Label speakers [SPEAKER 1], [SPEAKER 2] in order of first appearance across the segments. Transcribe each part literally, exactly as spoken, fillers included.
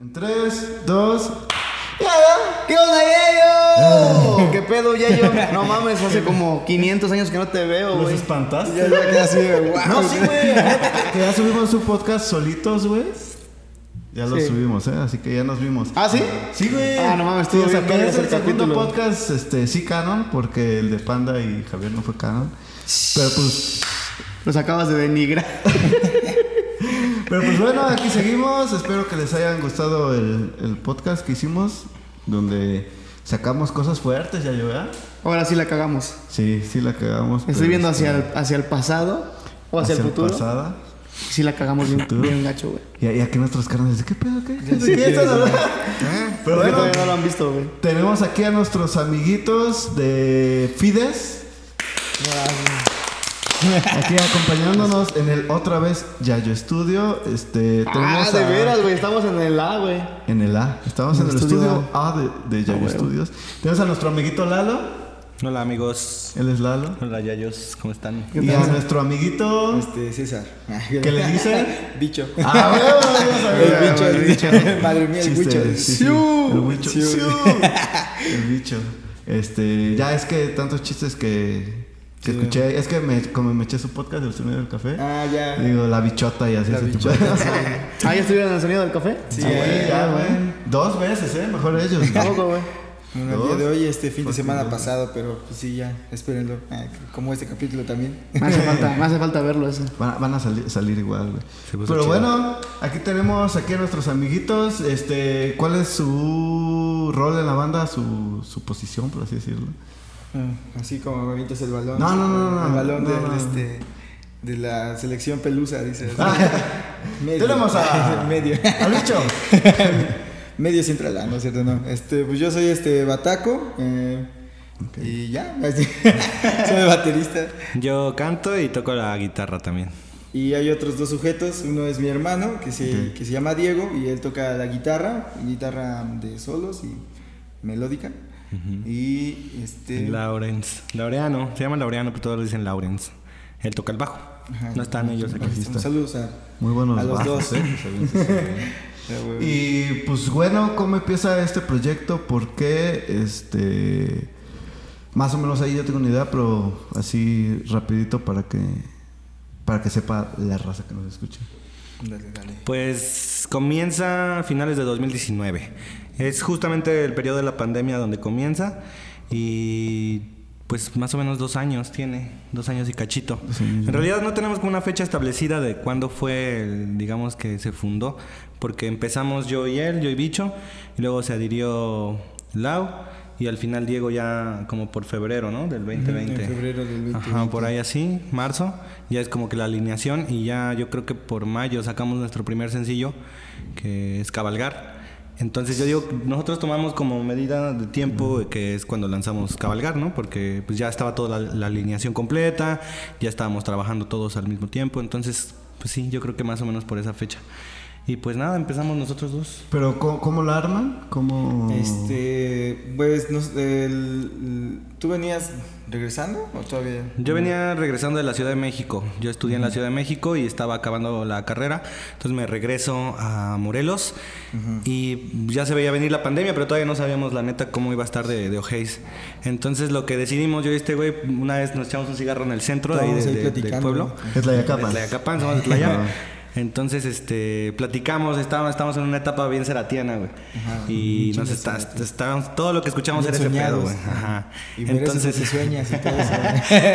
[SPEAKER 1] En tres, dos...
[SPEAKER 2] ¿Qué onda, Yayo? ¿Qué pedo, Yayo? No mames, hace como quinientos años que no te veo, güey.
[SPEAKER 1] ¿Los espantaste?
[SPEAKER 2] Ya me quedé así de wow.
[SPEAKER 1] No, sí, güey. Que ya subimos su podcast solitos, güey. Ya lo
[SPEAKER 2] Sí.
[SPEAKER 1] subimos, ¿eh? Así que ya nos vimos.
[SPEAKER 2] ¿Ah, sí?
[SPEAKER 1] Sí, güey.
[SPEAKER 2] Ah, no mames, estuvo
[SPEAKER 1] Sí, o sea,
[SPEAKER 2] bien
[SPEAKER 1] que
[SPEAKER 2] verga
[SPEAKER 1] es el
[SPEAKER 2] ese
[SPEAKER 1] segundo
[SPEAKER 2] capítulo.
[SPEAKER 1] podcast, este, sí canon, porque el de Panda y Javier no fue canon. Pero pues...
[SPEAKER 2] Los acabas de denigrar.
[SPEAKER 1] Pero pues bueno, aquí seguimos. Espero que les hayan gustado el, el podcast que hicimos, donde sacamos cosas fuertes, ya yo, ¿verdad?
[SPEAKER 2] Ahora sí la cagamos.
[SPEAKER 1] Sí, sí la cagamos.
[SPEAKER 2] Estoy
[SPEAKER 1] pero
[SPEAKER 2] viendo
[SPEAKER 1] este,
[SPEAKER 2] hacia el, hacia el pasado o hacia, el futuro.
[SPEAKER 1] pasada.
[SPEAKER 2] Sí la cagamos bien,
[SPEAKER 1] Futuro.
[SPEAKER 2] bien gacho, güey.
[SPEAKER 1] Y, y aquí nuestros carnales dicen, ¿qué pedo, qué? ¿De
[SPEAKER 2] sí,
[SPEAKER 1] qué
[SPEAKER 2] sí,
[SPEAKER 1] están
[SPEAKER 2] sí.
[SPEAKER 1] hablando?
[SPEAKER 2] Pero
[SPEAKER 1] Pero bueno,
[SPEAKER 2] todavía no lo han visto, güey.
[SPEAKER 1] tenemos aquí a nuestros amiguitos de Fides, aquí acompañándonos en el otra vez Yayo Studio. Este,
[SPEAKER 2] Ah,
[SPEAKER 1] tenemos
[SPEAKER 2] de
[SPEAKER 1] a-
[SPEAKER 2] veras, güey. Estamos en el A, güey.
[SPEAKER 1] En el A, estamos en,
[SPEAKER 2] En
[SPEAKER 1] el
[SPEAKER 2] el
[SPEAKER 1] estudio
[SPEAKER 2] estudio
[SPEAKER 1] A de, de Yayo
[SPEAKER 2] Ah, bueno.
[SPEAKER 1] Studios. Tenemos a nuestro amiguito Lalo,
[SPEAKER 3] Hola amigos,
[SPEAKER 1] él es Lalo.
[SPEAKER 3] hola Yayos, ¿cómo están?
[SPEAKER 1] Y a nuestro amiguito,
[SPEAKER 4] Este, César.
[SPEAKER 1] ¿qué le dicen?
[SPEAKER 4] Bicho.
[SPEAKER 1] Ah, bueno, vamos a ver.
[SPEAKER 4] El bicho, el bicho. Madre mía, el
[SPEAKER 1] Chiste,
[SPEAKER 4] bicho.
[SPEAKER 1] sí, sí,
[SPEAKER 4] Siu.
[SPEAKER 1] el bicho.
[SPEAKER 4] Siu.
[SPEAKER 1] Siu. El bicho. Este, ya es que tantos chistes que, que
[SPEAKER 4] Sí.
[SPEAKER 1] escuché. Es que me, como me eché su podcast del sonido del café.
[SPEAKER 4] Ah, ya.
[SPEAKER 1] Digo, la bichota y así.
[SPEAKER 4] La
[SPEAKER 1] ese tipo de-
[SPEAKER 4] bichota.
[SPEAKER 2] Ah, ¿ya estuvieron en el sonido del café?
[SPEAKER 4] Sí,
[SPEAKER 1] Sí, güey, ya, güey. Dos veces, ¿eh? Mejor ellos.
[SPEAKER 2] Tampoco, güey.
[SPEAKER 4] Bueno, el
[SPEAKER 1] Dos.
[SPEAKER 4] día de hoy, este fin de
[SPEAKER 1] Pues,
[SPEAKER 4] semana
[SPEAKER 1] sí,
[SPEAKER 4] pasado, pero pues sí, ya, espérenlo. Ah, como este capítulo también.
[SPEAKER 2] Me hace falta, me hace falta verlo eso.
[SPEAKER 1] Van a, van a salir, salir igual, güey.
[SPEAKER 3] Se puso
[SPEAKER 1] Pero
[SPEAKER 3] chido.
[SPEAKER 1] bueno, aquí tenemos aquí a nuestros amiguitos. Este, ¿cuál es su rol en la banda? Su, su posición, por así decirlo.
[SPEAKER 4] Ah, Así como me avientas el balón.
[SPEAKER 1] No, no, no, no,
[SPEAKER 4] El balón
[SPEAKER 1] no,
[SPEAKER 4] del,
[SPEAKER 1] no.
[SPEAKER 4] este, de la selección pelusa, dices.
[SPEAKER 1] Ah,
[SPEAKER 4] Medio.
[SPEAKER 1] tenemos a-
[SPEAKER 4] Medio.
[SPEAKER 1] ¡Al bicho!
[SPEAKER 4] Medio central, ah, no es cierto, no. Este, pues yo soy este Bataco. Eh,
[SPEAKER 1] Ok.
[SPEAKER 4] Y ya, así. Soy baterista.
[SPEAKER 3] Yo canto y toco la guitarra también.
[SPEAKER 4] Y hay otros dos sujetos, uno es mi hermano, que se,
[SPEAKER 1] Ok.
[SPEAKER 4] que se llama Diego, y él toca la guitarra, guitarra de solos y melódica. Y este...
[SPEAKER 3] Lawrence, Laureano, se llama Laureano, pero todos le dicen Lawrence. Él toca el bajo.
[SPEAKER 4] Ajá.
[SPEAKER 3] No están ellos aquí.
[SPEAKER 4] Aquí estamos. Saludos a,
[SPEAKER 1] Muy buenos
[SPEAKER 4] a los
[SPEAKER 1] bajos,
[SPEAKER 4] dos.
[SPEAKER 1] ¿eh?
[SPEAKER 4] Ya, güey.
[SPEAKER 1] Y pues bueno, ¿cómo empieza este proyecto? ¿Por qué? Este, más o menos ahí yo tengo una idea, pero así rapidito para que para que sepa la raza que nos escucha.
[SPEAKER 4] Dale, dale.
[SPEAKER 3] Pues comienza a finales de dos mil diecinueve. Es justamente el periodo de la pandemia donde comienza y pues más o menos dos años tiene, dos años y cachito.
[SPEAKER 1] Dos años.
[SPEAKER 3] En realidad no tenemos como una fecha establecida de cuándo fue, el, digamos que se fundó, porque empezamos yo y él, yo y Bicho, y luego se adhirió Lau y al final Diego ya como por febrero, ¿no? Del veinte veinte.
[SPEAKER 4] En febrero del veinte veinte.
[SPEAKER 3] Ajá, por ahí así, marzo, ya es como que la alineación y ya yo creo que por mayo sacamos nuestro primer sencillo, que es Cabalgar. Entonces yo digo, nosotros tomamos como medida de tiempo que es cuando lanzamos Cabalgar, ¿no? Porque pues ya estaba toda la, la alineación completa, ya estábamos trabajando todos al mismo tiempo, entonces pues sí, yo creo que más o menos por esa fecha. Y pues nada, empezamos nosotros dos.
[SPEAKER 1] Pero ¿cómo, cómo la arman? ¿Cómo?
[SPEAKER 4] Este, pues, no sé, el- el- ¿tú venías regresando o todavía?
[SPEAKER 3] Yo venía regresando de la Ciudad de México. Yo estudié en la Ciudad de México y estaba acabando la carrera. Entonces me regreso a Morelos y ya se veía venir la pandemia, pero todavía no sabíamos la neta cómo iba a estar de, de ojéis. Entonces lo que decidimos, yo y este güey, una vez nos echamos un cigarro en el centro de ahí
[SPEAKER 4] Estábamos
[SPEAKER 3] de-
[SPEAKER 4] ahí
[SPEAKER 3] de- del
[SPEAKER 4] platicando.
[SPEAKER 3] pueblo.
[SPEAKER 1] Es la Yacapan.
[SPEAKER 3] De Tlayacapan, somos de Tlaya. Entonces, este, platicamos, estábamos, estábamos en una etapa bien seratiana, güey.
[SPEAKER 4] Ajá,
[SPEAKER 3] Y
[SPEAKER 4] un
[SPEAKER 3] nos
[SPEAKER 4] chingo
[SPEAKER 3] está,
[SPEAKER 4] seratiana.
[SPEAKER 3] estábamos, todo lo que escuchamos
[SPEAKER 4] Bien
[SPEAKER 3] era ese pedo,
[SPEAKER 4] soñados.
[SPEAKER 3] güey. Ajá.
[SPEAKER 4] Y mereces lo que sueñas y todo eso.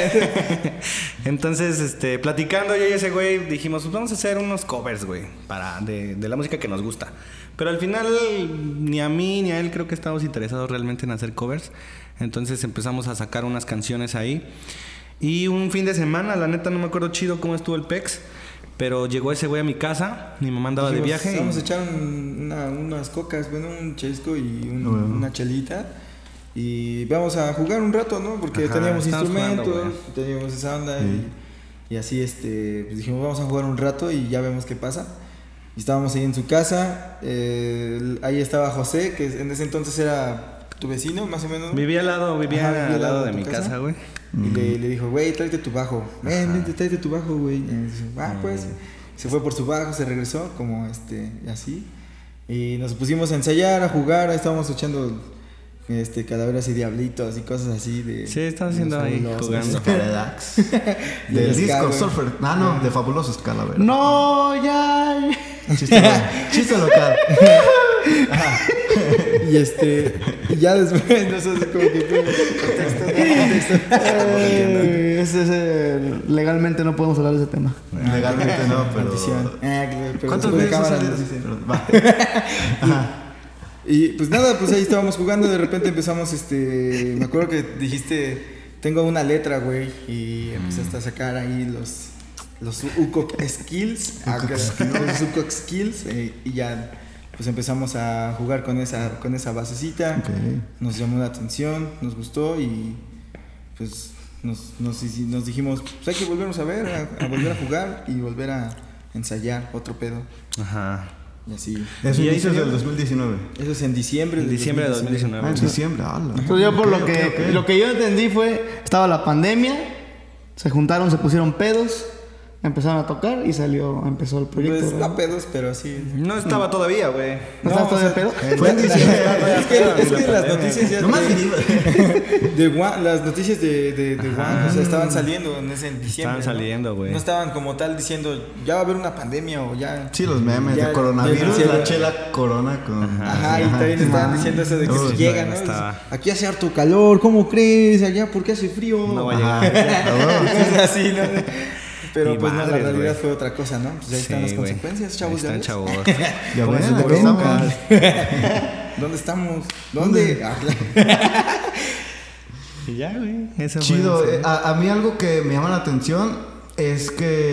[SPEAKER 3] Entonces, este, platicando yo y ese güey dijimos, pues vamos a hacer unos covers, güey, para de, de la música que nos gusta. Pero al final ni a mí ni a él creo que estábamos interesados realmente en hacer covers. Entonces empezamos a sacar unas canciones ahí. Y un fin de semana, la neta no me acuerdo chido cómo estuvo el Pex, pero llegó ese güey a mi casa, mi mamá andaba de
[SPEAKER 4] Dijimos,
[SPEAKER 3] viaje. y-
[SPEAKER 4] Vamos a echar un- una- unas cocas, bueno, un chesco y un-
[SPEAKER 1] Bueno.
[SPEAKER 4] una chelita. Y vamos a jugar un rato, ¿no? Porque
[SPEAKER 3] Ajá,
[SPEAKER 4] teníamos
[SPEAKER 3] estábamos
[SPEAKER 4] instrumentos,
[SPEAKER 3] jugando,
[SPEAKER 4] teníamos esa onda.
[SPEAKER 1] Sí.
[SPEAKER 4] Y, y así, este, pues dijimos, vamos a jugar un rato y ya vemos qué pasa. Y estábamos ahí en su casa. eh, el- ahí estaba José, que en ese entonces era tu vecino, más o menos. ¿no?
[SPEAKER 3] Vivía al lado, vivía
[SPEAKER 4] Ajá, vivía
[SPEAKER 3] al lado de
[SPEAKER 4] tu
[SPEAKER 3] mi casa, güey.
[SPEAKER 4] Y le, le dijo, güey, tráete tu bajo. Ven, vente, tráete tu bajo, güey. Y dice, ah, pues. Se fue por su bajo, se regresó, como este, y así. Y nos pusimos a ensayar, a jugar, ahí estábamos echando este, calaveras y diablitos y cosas así de...
[SPEAKER 3] Sí, estamos haciendo ahí jugando.
[SPEAKER 1] Relax.
[SPEAKER 4] Y
[SPEAKER 1] Del
[SPEAKER 4] el
[SPEAKER 1] disco
[SPEAKER 4] ska, güey.
[SPEAKER 1] Surfer. Ah, no, de Fabulosos Calavera.
[SPEAKER 2] No, ya.
[SPEAKER 1] Chiste, chiste local.
[SPEAKER 4] Y este, y ya después, no sé, como que contexto, contexto.
[SPEAKER 2] Eh, ese, ese, legalmente no podemos hablar de ese tema.
[SPEAKER 1] Legalmente no, pero.
[SPEAKER 4] Maldición. Ah, claro, pero
[SPEAKER 1] ¿Cuántos
[SPEAKER 4] después de
[SPEAKER 1] veces ha
[SPEAKER 4] cámara
[SPEAKER 1] salido?
[SPEAKER 4] nos dicen.
[SPEAKER 1] Pero, va. Ajá.
[SPEAKER 4] Y pues nada, pues ahí estábamos jugando, de repente empezamos, este, me acuerdo que dijiste, tengo una letra, güey, y empezaste a sacar ahí los, los U C O C skills, ah, los U C O C skills, eh, y ya, pues empezamos a jugar con esa, con esa basecita,
[SPEAKER 1] Ok.
[SPEAKER 4] nos llamó la atención, nos gustó y pues nos, nos, nos dijimos, pues hay que volvernos a ver, a, a volver a jugar y volver a ensayar otro pedo,
[SPEAKER 3] Ajá.
[SPEAKER 4] y así.
[SPEAKER 1] Es
[SPEAKER 3] ¿Y ahí
[SPEAKER 1] inicios
[SPEAKER 3] salió?
[SPEAKER 1] del dos mil diecinueve.
[SPEAKER 4] Eso es en diciembre
[SPEAKER 3] En
[SPEAKER 4] del
[SPEAKER 3] diciembre de dos mil diecinueve.
[SPEAKER 1] Ah, en diciembre. ala.
[SPEAKER 2] Entonces yo por
[SPEAKER 1] Ok,
[SPEAKER 2] lo que
[SPEAKER 1] ok, ok.
[SPEAKER 2] lo que yo entendí fue, estaba la pandemia, se juntaron, se pusieron pedos, empezaron a tocar y salió, empezó el proyecto.
[SPEAKER 4] Pues
[SPEAKER 2] ¿verdad?
[SPEAKER 4] no pedos, pero sí.
[SPEAKER 3] No estaba todavía, güey.
[SPEAKER 2] ¿No estabas todavía
[SPEAKER 4] o sea,
[SPEAKER 2] pedo?
[SPEAKER 1] Fue en diciembre.
[SPEAKER 4] Es que, es que las noticias ya
[SPEAKER 1] No más
[SPEAKER 4] de,
[SPEAKER 1] griba.
[SPEAKER 4] de One- las noticias de, de, de
[SPEAKER 3] Ajá.
[SPEAKER 4] One, o sea, estaban saliendo en ese en diciembre.
[SPEAKER 3] Estaban saliendo,
[SPEAKER 4] ¿no?
[SPEAKER 3] güey.
[SPEAKER 4] No estaban como tal diciendo, ya va a haber una pandemia o ya.
[SPEAKER 1] Sí, los memes
[SPEAKER 4] Ya-
[SPEAKER 1] de coronavirus,
[SPEAKER 4] ya-
[SPEAKER 1] la chela corona con.
[SPEAKER 4] Ajá, y también estaban diciendo eso de que
[SPEAKER 1] Uy,
[SPEAKER 4] si llega, ¿no?
[SPEAKER 3] no estaba.
[SPEAKER 4] Aquí hace harto calor, ¿cómo crees? Allá, ¿por qué hace frío?
[SPEAKER 3] No va a
[SPEAKER 1] Ajá.
[SPEAKER 3] llegar.
[SPEAKER 1] Ah, bueno, sí.
[SPEAKER 4] Cosas así, ¿no? Pero
[SPEAKER 3] Ni
[SPEAKER 4] pues no, la
[SPEAKER 3] madres,
[SPEAKER 4] realidad
[SPEAKER 3] güey.
[SPEAKER 4] fue otra cosa, ¿no? Pues ahí están
[SPEAKER 3] Sí,
[SPEAKER 4] las
[SPEAKER 3] güey.
[SPEAKER 4] consecuencias, chavos.
[SPEAKER 3] Ahí
[SPEAKER 4] ¿ya
[SPEAKER 3] están,
[SPEAKER 4] ves?
[SPEAKER 3] chavos.
[SPEAKER 1] Ya
[SPEAKER 3] Pónganse
[SPEAKER 1] ven, aquí
[SPEAKER 3] cubrebocas.
[SPEAKER 1] estamos.
[SPEAKER 4] ¿Dónde estamos? ¿Dónde? Ah, claro.
[SPEAKER 3] Y ya, güey. Eso fue
[SPEAKER 1] Chido.
[SPEAKER 3] eso.
[SPEAKER 1] eh, A, a mí algo que me llama la atención es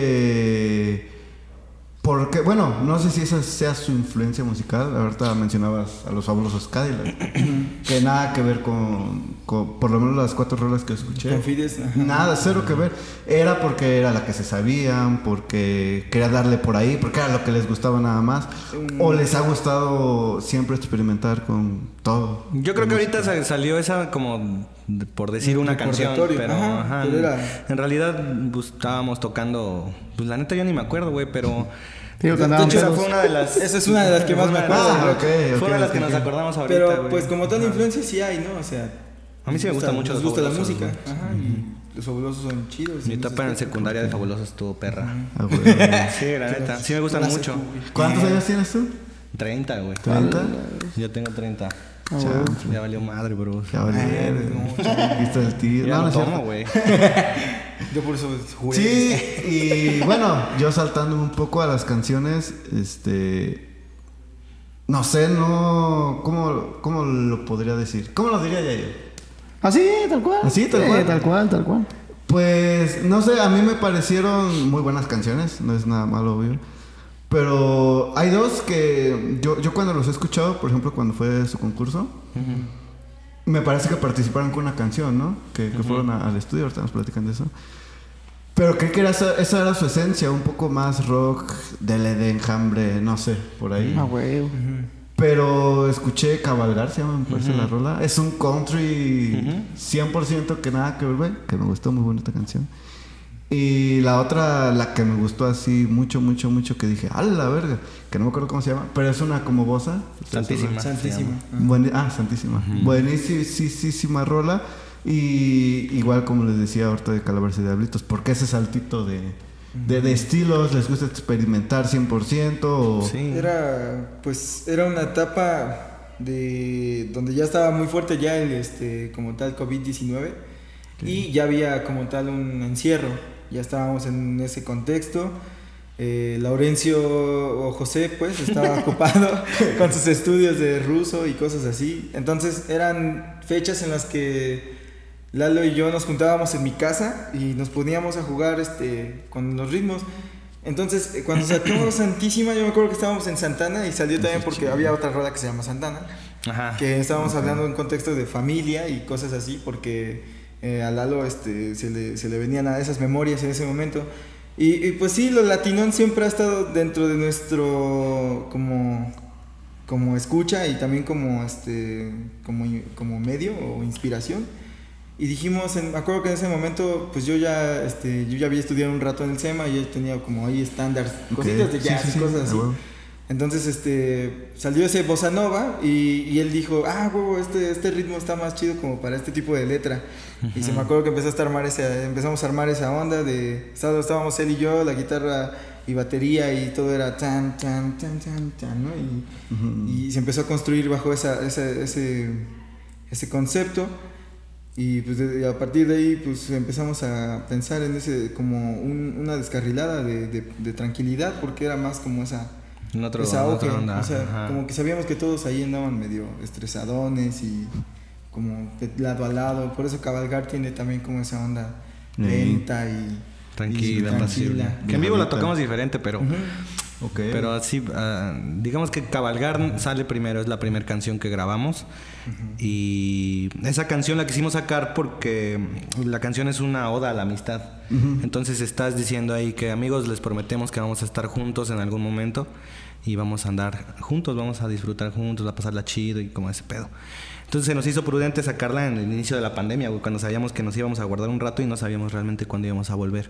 [SPEAKER 1] que. Porque, bueno, no sé si esa sea su influencia musical. Ahorita mencionabas a los Fabulosos Cadillac. Que nada que ver con, con. Por lo menos las cuatro rolas que escuché.
[SPEAKER 4] Con Fides, ajá.
[SPEAKER 1] Nada, cero que ver. Era porque era la que se sabían, porque quería darle por ahí, porque era lo que les gustaba nada más. O les ha gustado siempre experimentar con todo.
[SPEAKER 3] Yo creo que ahorita sa- salió esa como de- por decir
[SPEAKER 4] Un
[SPEAKER 3] una canción,
[SPEAKER 4] recordatorio,
[SPEAKER 3] pero,
[SPEAKER 4] ajá,
[SPEAKER 3] ajá,
[SPEAKER 4] pero era-
[SPEAKER 3] en realidad pues, estábamos tocando, pues la neta yo ni me acuerdo, güey, pero
[SPEAKER 2] Te digo que
[SPEAKER 3] de
[SPEAKER 2] andaban
[SPEAKER 3] hecho esa
[SPEAKER 2] pedos.
[SPEAKER 3] fue una de las
[SPEAKER 4] Esa es una de las que más me
[SPEAKER 3] Fue una de
[SPEAKER 4] acuerdo.
[SPEAKER 3] las-
[SPEAKER 1] Ah, ok,
[SPEAKER 3] fue
[SPEAKER 1] ok,
[SPEAKER 3] una de las
[SPEAKER 1] ok,
[SPEAKER 3] que nos
[SPEAKER 1] ok.
[SPEAKER 3] acordamos ahorita,
[SPEAKER 4] Pero
[SPEAKER 3] güey.
[SPEAKER 4] pues como tal
[SPEAKER 3] Ajá.
[SPEAKER 4] influencia sí hay, ¿no? O sea,
[SPEAKER 3] A mí sí me
[SPEAKER 4] nos
[SPEAKER 3] gusta mucho
[SPEAKER 4] Nos
[SPEAKER 3] los
[SPEAKER 4] gusta la
[SPEAKER 3] Fabulosos,
[SPEAKER 4] música,
[SPEAKER 3] güey.
[SPEAKER 4] ajá, y los fabulosos son chidos.
[SPEAKER 3] Mi
[SPEAKER 4] en ese
[SPEAKER 3] etapa en
[SPEAKER 4] aspecto.
[SPEAKER 3] secundaria de Fabulosos estuvo perra.
[SPEAKER 1] Ah, güey.
[SPEAKER 3] Sí, la neta, sí me gustan
[SPEAKER 4] La
[SPEAKER 3] mucho.
[SPEAKER 4] secu, güey.
[SPEAKER 1] ¿Cuántos años tienes tú?
[SPEAKER 3] treinta, güey.
[SPEAKER 1] ¿treinta?
[SPEAKER 3] Yo tengo treinta.
[SPEAKER 2] Ah, güey.
[SPEAKER 3] Ya valió madre, bro.
[SPEAKER 1] Ya vale.
[SPEAKER 4] no,
[SPEAKER 1] Viste el tío.
[SPEAKER 3] Ya
[SPEAKER 1] No, no
[SPEAKER 3] no
[SPEAKER 1] es cierto.
[SPEAKER 3] tomo, güey.
[SPEAKER 4] Yo por eso jugué.
[SPEAKER 1] Sí, y bueno, yo saltando un poco a las canciones, este. No sé, no. ¿Cómo, cómo lo podría decir? ¿Cómo lo diría ya yo?
[SPEAKER 2] Así, tal cual.
[SPEAKER 1] Así, tal
[SPEAKER 2] Sí,
[SPEAKER 1] cual.
[SPEAKER 2] tal cual, tal cual.
[SPEAKER 1] Pues, no sé, a mí me parecieron muy buenas canciones, no es nada malo, obvio. Pero hay dos que yo, yo cuando los he escuchado, por ejemplo, cuando fue su concurso, me parece que participaron con una canción, ¿no? Que, que fueron a- al estudio, ahorita nos platican de eso. Pero creo que era esa, esa era su esencia, un poco más rock, de de enjambre, no sé, por ahí.
[SPEAKER 2] Ah, güey.
[SPEAKER 1] Pero escuché Cabalgar, se llama, me parece la rola. Es un country cien por ciento que nada que ver, güey, que me gustó, muy bonita canción. Y la otra, la que me gustó así mucho, mucho, mucho, que dije, ¡a la verga! Que no me acuerdo cómo se llama, pero es una como bossa.
[SPEAKER 3] Santísima.
[SPEAKER 4] Santísima.
[SPEAKER 1] Buen- ah, Santísima. Buenísima rola. Y igual como les decía ahorita de Calaveras y Diablitos, porque ese saltito de, de, de estilos, les gusta experimentar cien por ciento. O...
[SPEAKER 3] Sí.
[SPEAKER 4] Era, pues, era una etapa de donde ya estaba muy fuerte ya el, este, como tal, COVID diecinueve. Y ya había como tal un encierro. Ya estábamos en ese contexto. Eh, Laurencio o José, pues, estaba ocupado con sus estudios de ruso y cosas así. Entonces, eran fechas en las que Lalo y yo nos juntábamos en mi casa y nos poníamos a jugar este, con los ritmos. Entonces, eh, cuando sacó Santísima, yo me acuerdo que estábamos en Santana y salió también porque había otra rola que se llama Santana,
[SPEAKER 3] Ajá.
[SPEAKER 4] que estábamos hablando en contexto de familia y cosas así, porque eh, a Lalo este, se, le, se le venían a esas memorias en ese momento. Y, y pues sí, lo latinón siempre ha estado dentro de nuestro como, como escucha y también como, este, como, como medio o inspiración. Y dijimos, en, me acuerdo que en ese momento, pues yo ya, este, yo ya había estudiado un rato en el SEMA y yo tenía como ahí estándares,
[SPEAKER 1] Ok.
[SPEAKER 4] cositas de
[SPEAKER 1] Sí,
[SPEAKER 4] jazz
[SPEAKER 1] sí,
[SPEAKER 4] y
[SPEAKER 1] sí,
[SPEAKER 4] cosas
[SPEAKER 1] a
[SPEAKER 4] así.
[SPEAKER 1] huevo.
[SPEAKER 4] Entonces, este, salió ese bossa nova y, y él dijo, ah, huevo, este, este ritmo está más chido como para este tipo de letra. Uh-huh. Y se me acuerdo que empezó a armar esa, empezamos a armar esa onda de, estábamos él y yo, la guitarra y batería y todo era tan, tan, tan, tan, tan, ¿no? Y, uh-huh. y se empezó a construir bajo esa, esa, ese, ese concepto. Y pues de, a partir de ahí pues empezamos a pensar en ese, como un, una descarrilada de, de, de tranquilidad, porque era más como esa...
[SPEAKER 3] En otro,
[SPEAKER 4] esa auge,
[SPEAKER 3] otra onda.
[SPEAKER 4] O sea,
[SPEAKER 3] Ajá.
[SPEAKER 4] como que sabíamos que todos ahí andaban medio estresadones y como de lado a lado. Por eso Cabalgar tiene también como esa onda lenta y
[SPEAKER 3] tranquila,
[SPEAKER 4] y tranquila.
[SPEAKER 3] Que en vivo la tocamos diferente, pero
[SPEAKER 4] uh-huh.
[SPEAKER 1] okay.
[SPEAKER 3] pero así, uh, digamos que Cabalgar sale primero, es la primera canción que grabamos. Uh-huh. Y esa canción la quisimos sacar porque la canción es una oda a la amistad. Uh-huh. Entonces estás diciendo ahí que amigos, les prometemos que vamos a estar juntos en algún momento y vamos a andar juntos, vamos a disfrutar juntos, a pasarla chido y como ese pedo. Entonces se nos hizo prudente sacarla en el inicio de la pandemia, güey, cuando sabíamos que nos íbamos a guardar un rato y no sabíamos realmente cuándo íbamos a volver.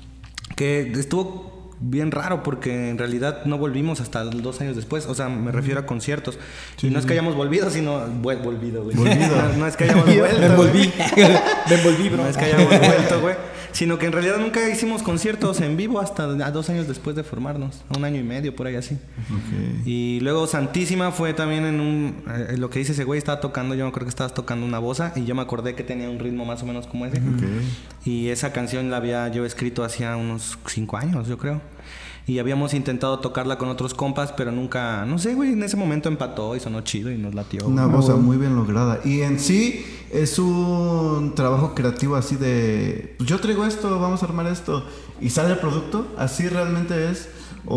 [SPEAKER 3] Que estuvo bien raro porque en realidad no volvimos hasta dos años después. O sea, me refiero a conciertos. Sí, y no es que hayamos volvido, sino... Vol- volvido, güey.
[SPEAKER 1] Volvido.
[SPEAKER 3] No, no es que hayamos vuelto,
[SPEAKER 4] Me envolví. Me envolví, bro.
[SPEAKER 3] No es que hayamos vuelto, güey. Sino que en realidad nunca hicimos conciertos en vivo hasta dos años después de formarnos. Un año y medio, por ahí así. Okay. Y luego Santísima fue también en un... Eh, lo que dice ese güey, estaba tocando, yo creo que estabas tocando una bossa y yo me acordé que tenía un ritmo más o menos como ese.
[SPEAKER 1] Okay.
[SPEAKER 3] Y esa canción la había yo escrito hacía unos cinco años, yo creo. Y habíamos intentado tocarla con otros compas, pero nunca... No sé, güey, en ese momento empató y sonó chido y nos latió.
[SPEAKER 1] Una
[SPEAKER 3] ¿no?
[SPEAKER 1] bossa muy bien lograda. Y en sí es un trabajo creativo así de... Pues yo traigo esto, vamos a armar esto. Y sale el producto, así realmente es.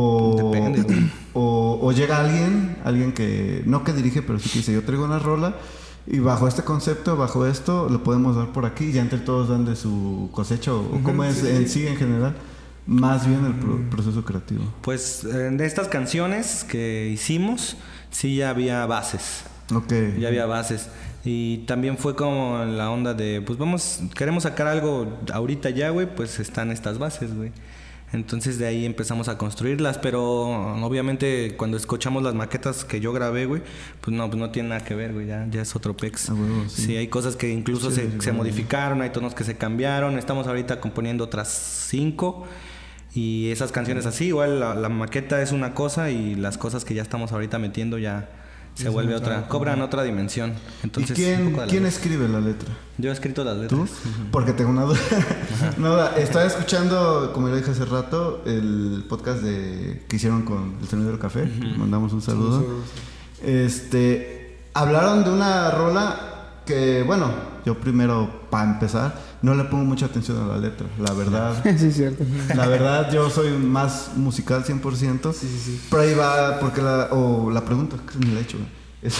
[SPEAKER 1] O,
[SPEAKER 3] Depende, güey.
[SPEAKER 1] O, o llega alguien, alguien que... No que dirige, pero sí que dice, yo traigo una rola. Y bajo este concepto, bajo esto, lo podemos dar por aquí. Y ya entre todos dan de su cosecha. O uh-huh, cómo es sí, en sí en general. Más bien el pro- proceso creativo.
[SPEAKER 3] Pues de estas canciones que hicimos, sí ya había bases.
[SPEAKER 1] Ok.
[SPEAKER 3] Ya había bases. Y también fue como la onda de, pues vamos, queremos sacar algo ahorita ya, güey, pues están estas bases, güey. Entonces de ahí empezamos a construirlas, pero obviamente cuando escuchamos las maquetas que yo grabé, güey, pues no, pues no tiene nada que ver, güey, ya, ya es otro pex.
[SPEAKER 1] Ah, bueno, sí.
[SPEAKER 3] Sí, hay cosas que incluso
[SPEAKER 1] sí,
[SPEAKER 3] se,
[SPEAKER 1] sí,
[SPEAKER 3] se
[SPEAKER 1] bueno.
[SPEAKER 3] modificaron, hay tonos que se cambiaron, estamos ahorita componiendo otras cinco. Y esas canciones así, igual la, la maqueta es una cosa y las cosas que ya estamos ahorita metiendo ya se es vuelve otra, cobran otra dimensión. Entonces,
[SPEAKER 1] ¿y quién, ¿quién escribe la letra?
[SPEAKER 3] Yo he escrito las letras.
[SPEAKER 1] ¿Tú? Uh-huh. Porque tengo una duda. una duda. Estaba escuchando, como lo dije hace rato, el podcast de que hicieron con El Sonidero Café. Uh-huh. Mandamos un saludo. Sí, sí, sí. Este, hablaron de una rola que, bueno, yo primero, para empezar, no le pongo mucha atención a la letra, la verdad.
[SPEAKER 2] Sí, es cierto.
[SPEAKER 1] La verdad, yo soy más musical cien por ciento.
[SPEAKER 2] Sí, sí, sí.
[SPEAKER 1] Pero ahí va, porque la... O la pregunta, que ni la he hecho, es,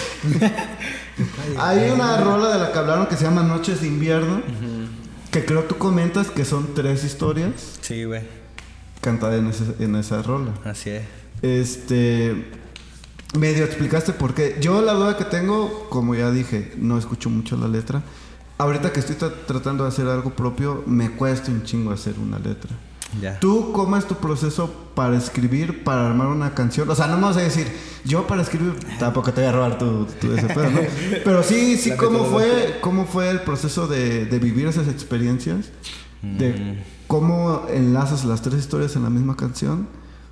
[SPEAKER 1] hay una rola de la que hablaron que se llama Noches de Invierno, uh-huh. que creo tú comentas que son tres historias.
[SPEAKER 3] Sí, güey.
[SPEAKER 1] Cantadas en, ese, en esa rola.
[SPEAKER 3] Así es.
[SPEAKER 1] Este... Medio explicaste por qué. Yo la duda que tengo, como ya dije, no escucho mucho la letra. Ahorita que estoy tra- tratando de hacer algo propio, me cuesta un chingo hacer una letra.
[SPEAKER 3] Ya.
[SPEAKER 1] ¿Tú cómo es tu proceso para escribir, para armar una canción? O sea, no me vas a decir, yo para escribir, tampoco te voy a robar tu, tu ese pedo, ¿no? Pero sí, sí, ¿cómo fue, cómo fue el proceso de, de vivir esas experiencias? De mm. cómo enlazas las tres historias en la misma canción.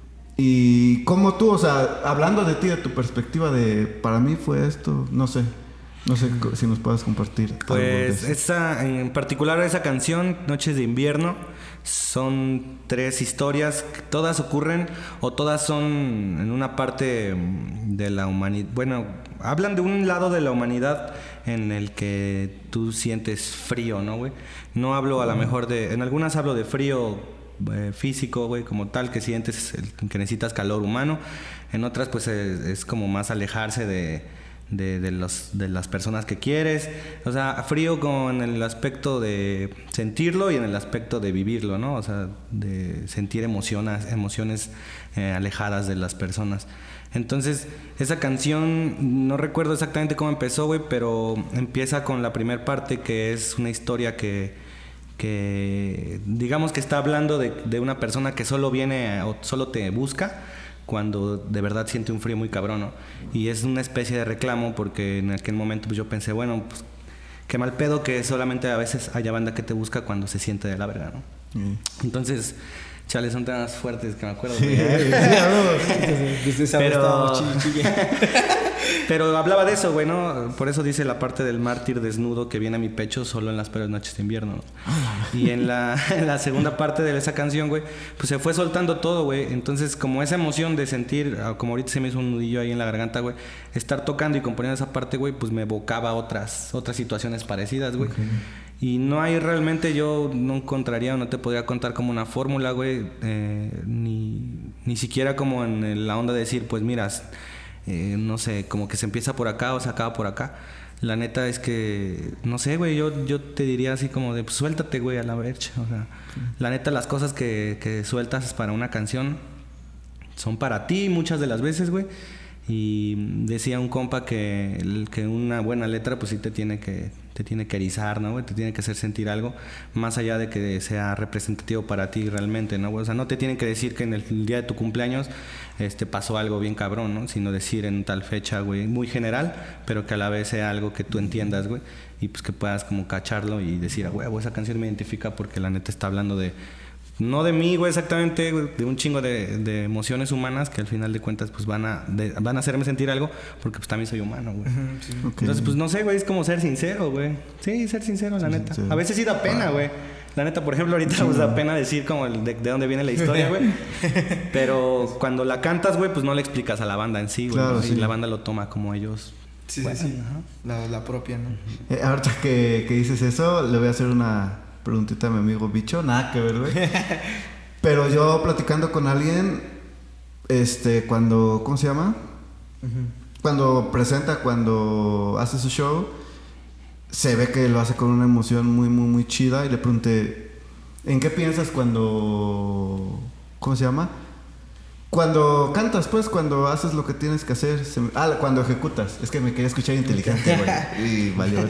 [SPEAKER 1] Y cómo tú, o sea, hablando de ti, de tu perspectiva de, para mí fue esto, no sé. No sé si nos puedes compartir.
[SPEAKER 3] Pues esa, en particular esa canción, Noches de Invierno, son tres historias, todas ocurren o todas son en una parte de la humanidad. Bueno, hablan de un lado de la humanidad en el que tú sientes frío, ¿no, güey? No hablo a lo mejor de... En algunas hablo de frío eh, físico, güey, como tal, que sientes el, que necesitas calor humano. En otras, pues es, es como más alejarse de... De, de, los, de las personas que quieres, o sea, frío con el aspecto de sentirlo y en el aspecto de vivirlo, ¿no? O sea, de sentir emociones, emociones eh, alejadas de las personas. Entonces, esa canción, no recuerdo exactamente cómo empezó, güey, pero empieza con la primera parte, que es una historia que, que digamos que está hablando de, de una persona que solo viene o solo te busca cuando de verdad siente un frío muy cabrón, ¿no? Y es una especie de reclamo porque en aquel momento pues yo pensé, bueno, pues qué mal pedo que solamente a veces haya banda que te busca cuando se siente de la verga, ¿no? Mm. Entonces, chale, son temas fuertes que me acuerdo. Sí,
[SPEAKER 4] desde esa vez estábamos chille, chille.
[SPEAKER 3] Pero hablaba de eso, güey, ¿no? Por eso dice la parte del mártir desnudo que viene a mi pecho solo en las peores noches de invierno, ¿no? Y en la, en la segunda parte de esa canción, güey, pues se fue soltando todo, güey. Entonces, como esa emoción de sentir, como ahorita se me hizo un nudillo ahí en la garganta, güey, estar tocando y componiendo esa parte, güey, pues me evocaba otras, otras situaciones parecidas, güey. Okay. Y no hay realmente, yo no encontraría o no te podría contar como una fórmula, güey, eh, ni, ni siquiera como en la onda de decir, pues miras, eh, no sé, como que se empieza por acá o se acaba por acá. La neta es que, no sé, güey, yo, yo te diría así como de, pues suéltate, güey, a la verga. O sea, sí. La neta, las cosas que, que sueltas para una canción son para ti muchas de las veces, güey. Y decía un compa que, que una buena letra pues sí te tiene que, te tiene que erizar, ¿no, güey? Te tiene que hacer sentir algo, más allá de que sea representativo para ti realmente, ¿no, güey? O sea, no te tienen que decir que en el día de tu cumpleaños este, pasó algo bien cabrón, ¿no? Sino decir en tal fecha, güey, muy general, pero que a la vez sea algo que tú entiendas, güey. Y pues que puedas como cacharlo y decir, ah, güey, esa canción me identifica porque la neta está hablando de... No de mí, güey, exactamente, güey, de un chingo de, de emociones humanas que al final de cuentas pues van a de, van a hacerme sentir algo porque pues también soy humano, güey. Uh-huh, sí. Okay. Entonces, pues no sé, güey, es como ser sincero, güey. Sí, ser sincero, la sí, neta. Sincero. A veces sí da pena, güey. La neta, por ejemplo, ahorita nos da pena decir como el de, de dónde viene la historia, güey. Pero cuando la cantas, güey, pues no le explicas a la banda en sí, güey. Claro, ¿no? Sí. Y la banda lo toma como ellos.
[SPEAKER 4] Sí, bueno, sí, sí. La, la propia, ¿no?
[SPEAKER 1] Eh, ahorita que, que dices eso, le voy a hacer una... preguntita a mi amigo Bicho, nada que ver, güey. Pero yo platicando con alguien, este, cuando, ¿cómo se llama? Uh-huh. Cuando presenta, cuando hace su show, se ve que lo hace con una emoción muy, muy, muy chida. Y le pregunté, ¿en qué piensas cuando, ¿cómo se llama? Cuando cantas, pues, cuando haces lo que tienes que hacer. Se me, ah, cuando ejecutas. Es que me quería escuchar inteligente, güey. Y valió.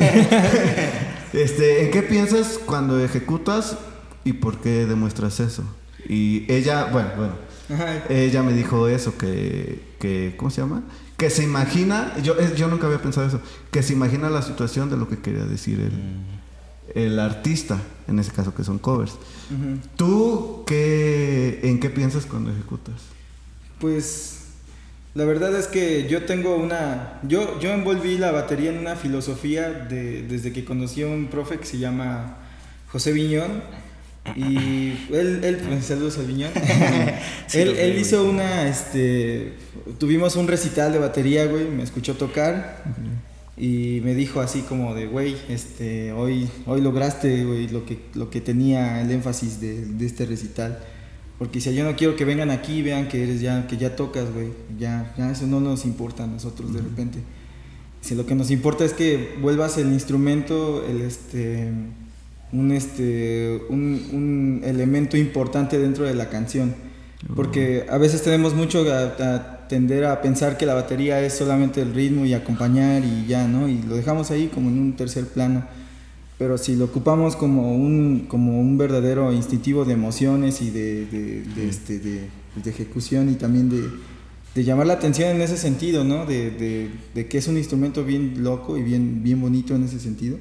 [SPEAKER 1] Este, ¿en qué piensas cuando ejecutas y por qué demuestras eso? Y ella, bueno, bueno, ajá. Ella me dijo eso, que, que, ¿cómo se llama? Que se imagina, yo, yo nunca había pensado eso, que se imagina la situación de lo que quería decir el, mm. el artista, en ese caso que son covers. Uh-huh. ¿Tú qué, en qué piensas cuando ejecutas?
[SPEAKER 4] Pues... la verdad es que yo tengo una... Yo, yo envolví la batería en una filosofía de, desde que conocí a un profe que se llama José Viñón. Y él... él pues, saludos al Viñón. sí, él él hizo una... este Tuvimos un recital de batería, güey. Me escuchó tocar. Uh-huh. Y me dijo así como de... Güey, este, hoy, hoy lograste, güey, lo que, lo que tenía el énfasis de, de este recital. Porque si yo no quiero que vengan aquí y vean que eres ya, que ya tocas, güey. Ya, ya eso no nos importa a nosotros de repente. Si lo que nos importa es que vuelvas el instrumento, el este, un este, un, un elemento importante dentro de la canción. Porque a veces tenemos mucho a, a tender a pensar que la batería es solamente el ritmo y acompañar y ya, ¿no? Y lo dejamos ahí como en un tercer plano. Pero si lo ocupamos como un, como un verdadero instintivo de emociones y de, de, de, este, de, de ejecución y también de, de llamar la atención en ese sentido, ¿no? De, de, de que es un instrumento bien loco y bien, bien bonito en ese sentido.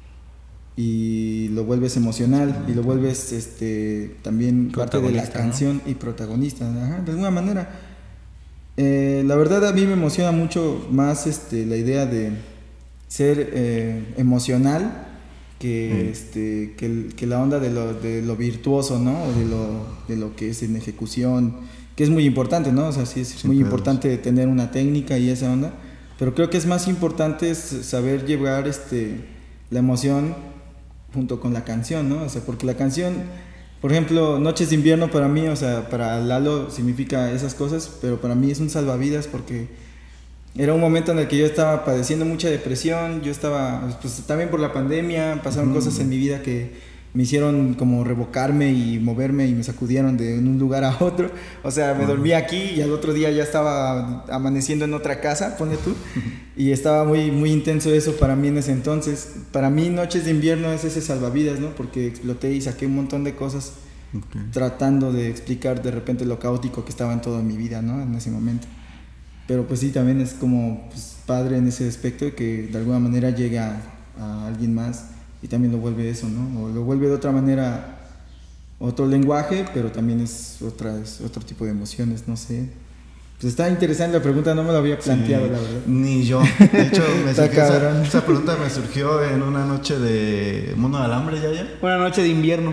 [SPEAKER 4] Y lo vuelves emocional y lo vuelves este, también parte de la canción, ¿no? Y protagonista, ajá, de alguna manera. Eh, la verdad a mí me emociona mucho más este, la idea de ser eh, emocional que, mm. este, que, el, que la onda de lo, de lo virtuoso, ¿no? O de lo, de lo que es en ejecución, que es muy importante, ¿no? O sea, sí es sí, muy claro. importante tener una técnica y esa onda, pero creo que es más importante saber llevar este, la emoción junto con la canción, ¿no? O sea, porque la canción, por ejemplo, Noches de Invierno para mí, o sea, para Lalo significa esas cosas, pero para mí es un salvavidas porque era un momento en el que yo estaba padeciendo mucha depresión, yo estaba, pues también por la pandemia, pasaron uh-huh. cosas en mi vida que me hicieron como revocarme y moverme y me sacudieron de un lugar a otro, o sea, me uh-huh. dormí aquí y al otro día ya estaba amaneciendo en otra casa, ponle tú, y estaba muy, muy intenso eso para mí en ese entonces. Para mí Noches de Invierno es ese salvavidas, ¿no? Porque exploté y saqué un montón de cosas
[SPEAKER 1] Okay.
[SPEAKER 4] tratando de explicar de repente lo caótico que estaba en toda mi vida, ¿no? En ese momento. Pero pues sí, también es como pues, padre en ese aspecto que de alguna manera llega a alguien más y también lo vuelve eso, ¿no? O lo vuelve de otra manera, otro lenguaje, pero también es, otra, es otro tipo de emociones, no sé. Pues está interesante la pregunta, no me la había planteado,
[SPEAKER 1] Sí,
[SPEAKER 4] la verdad.
[SPEAKER 1] ni yo. De hecho, me
[SPEAKER 4] Está
[SPEAKER 1] surgió esa,
[SPEAKER 4] cabrón.
[SPEAKER 1] esa pregunta me surgió en una noche de mono de alambre, ya, ya.
[SPEAKER 2] Una noche de invierno.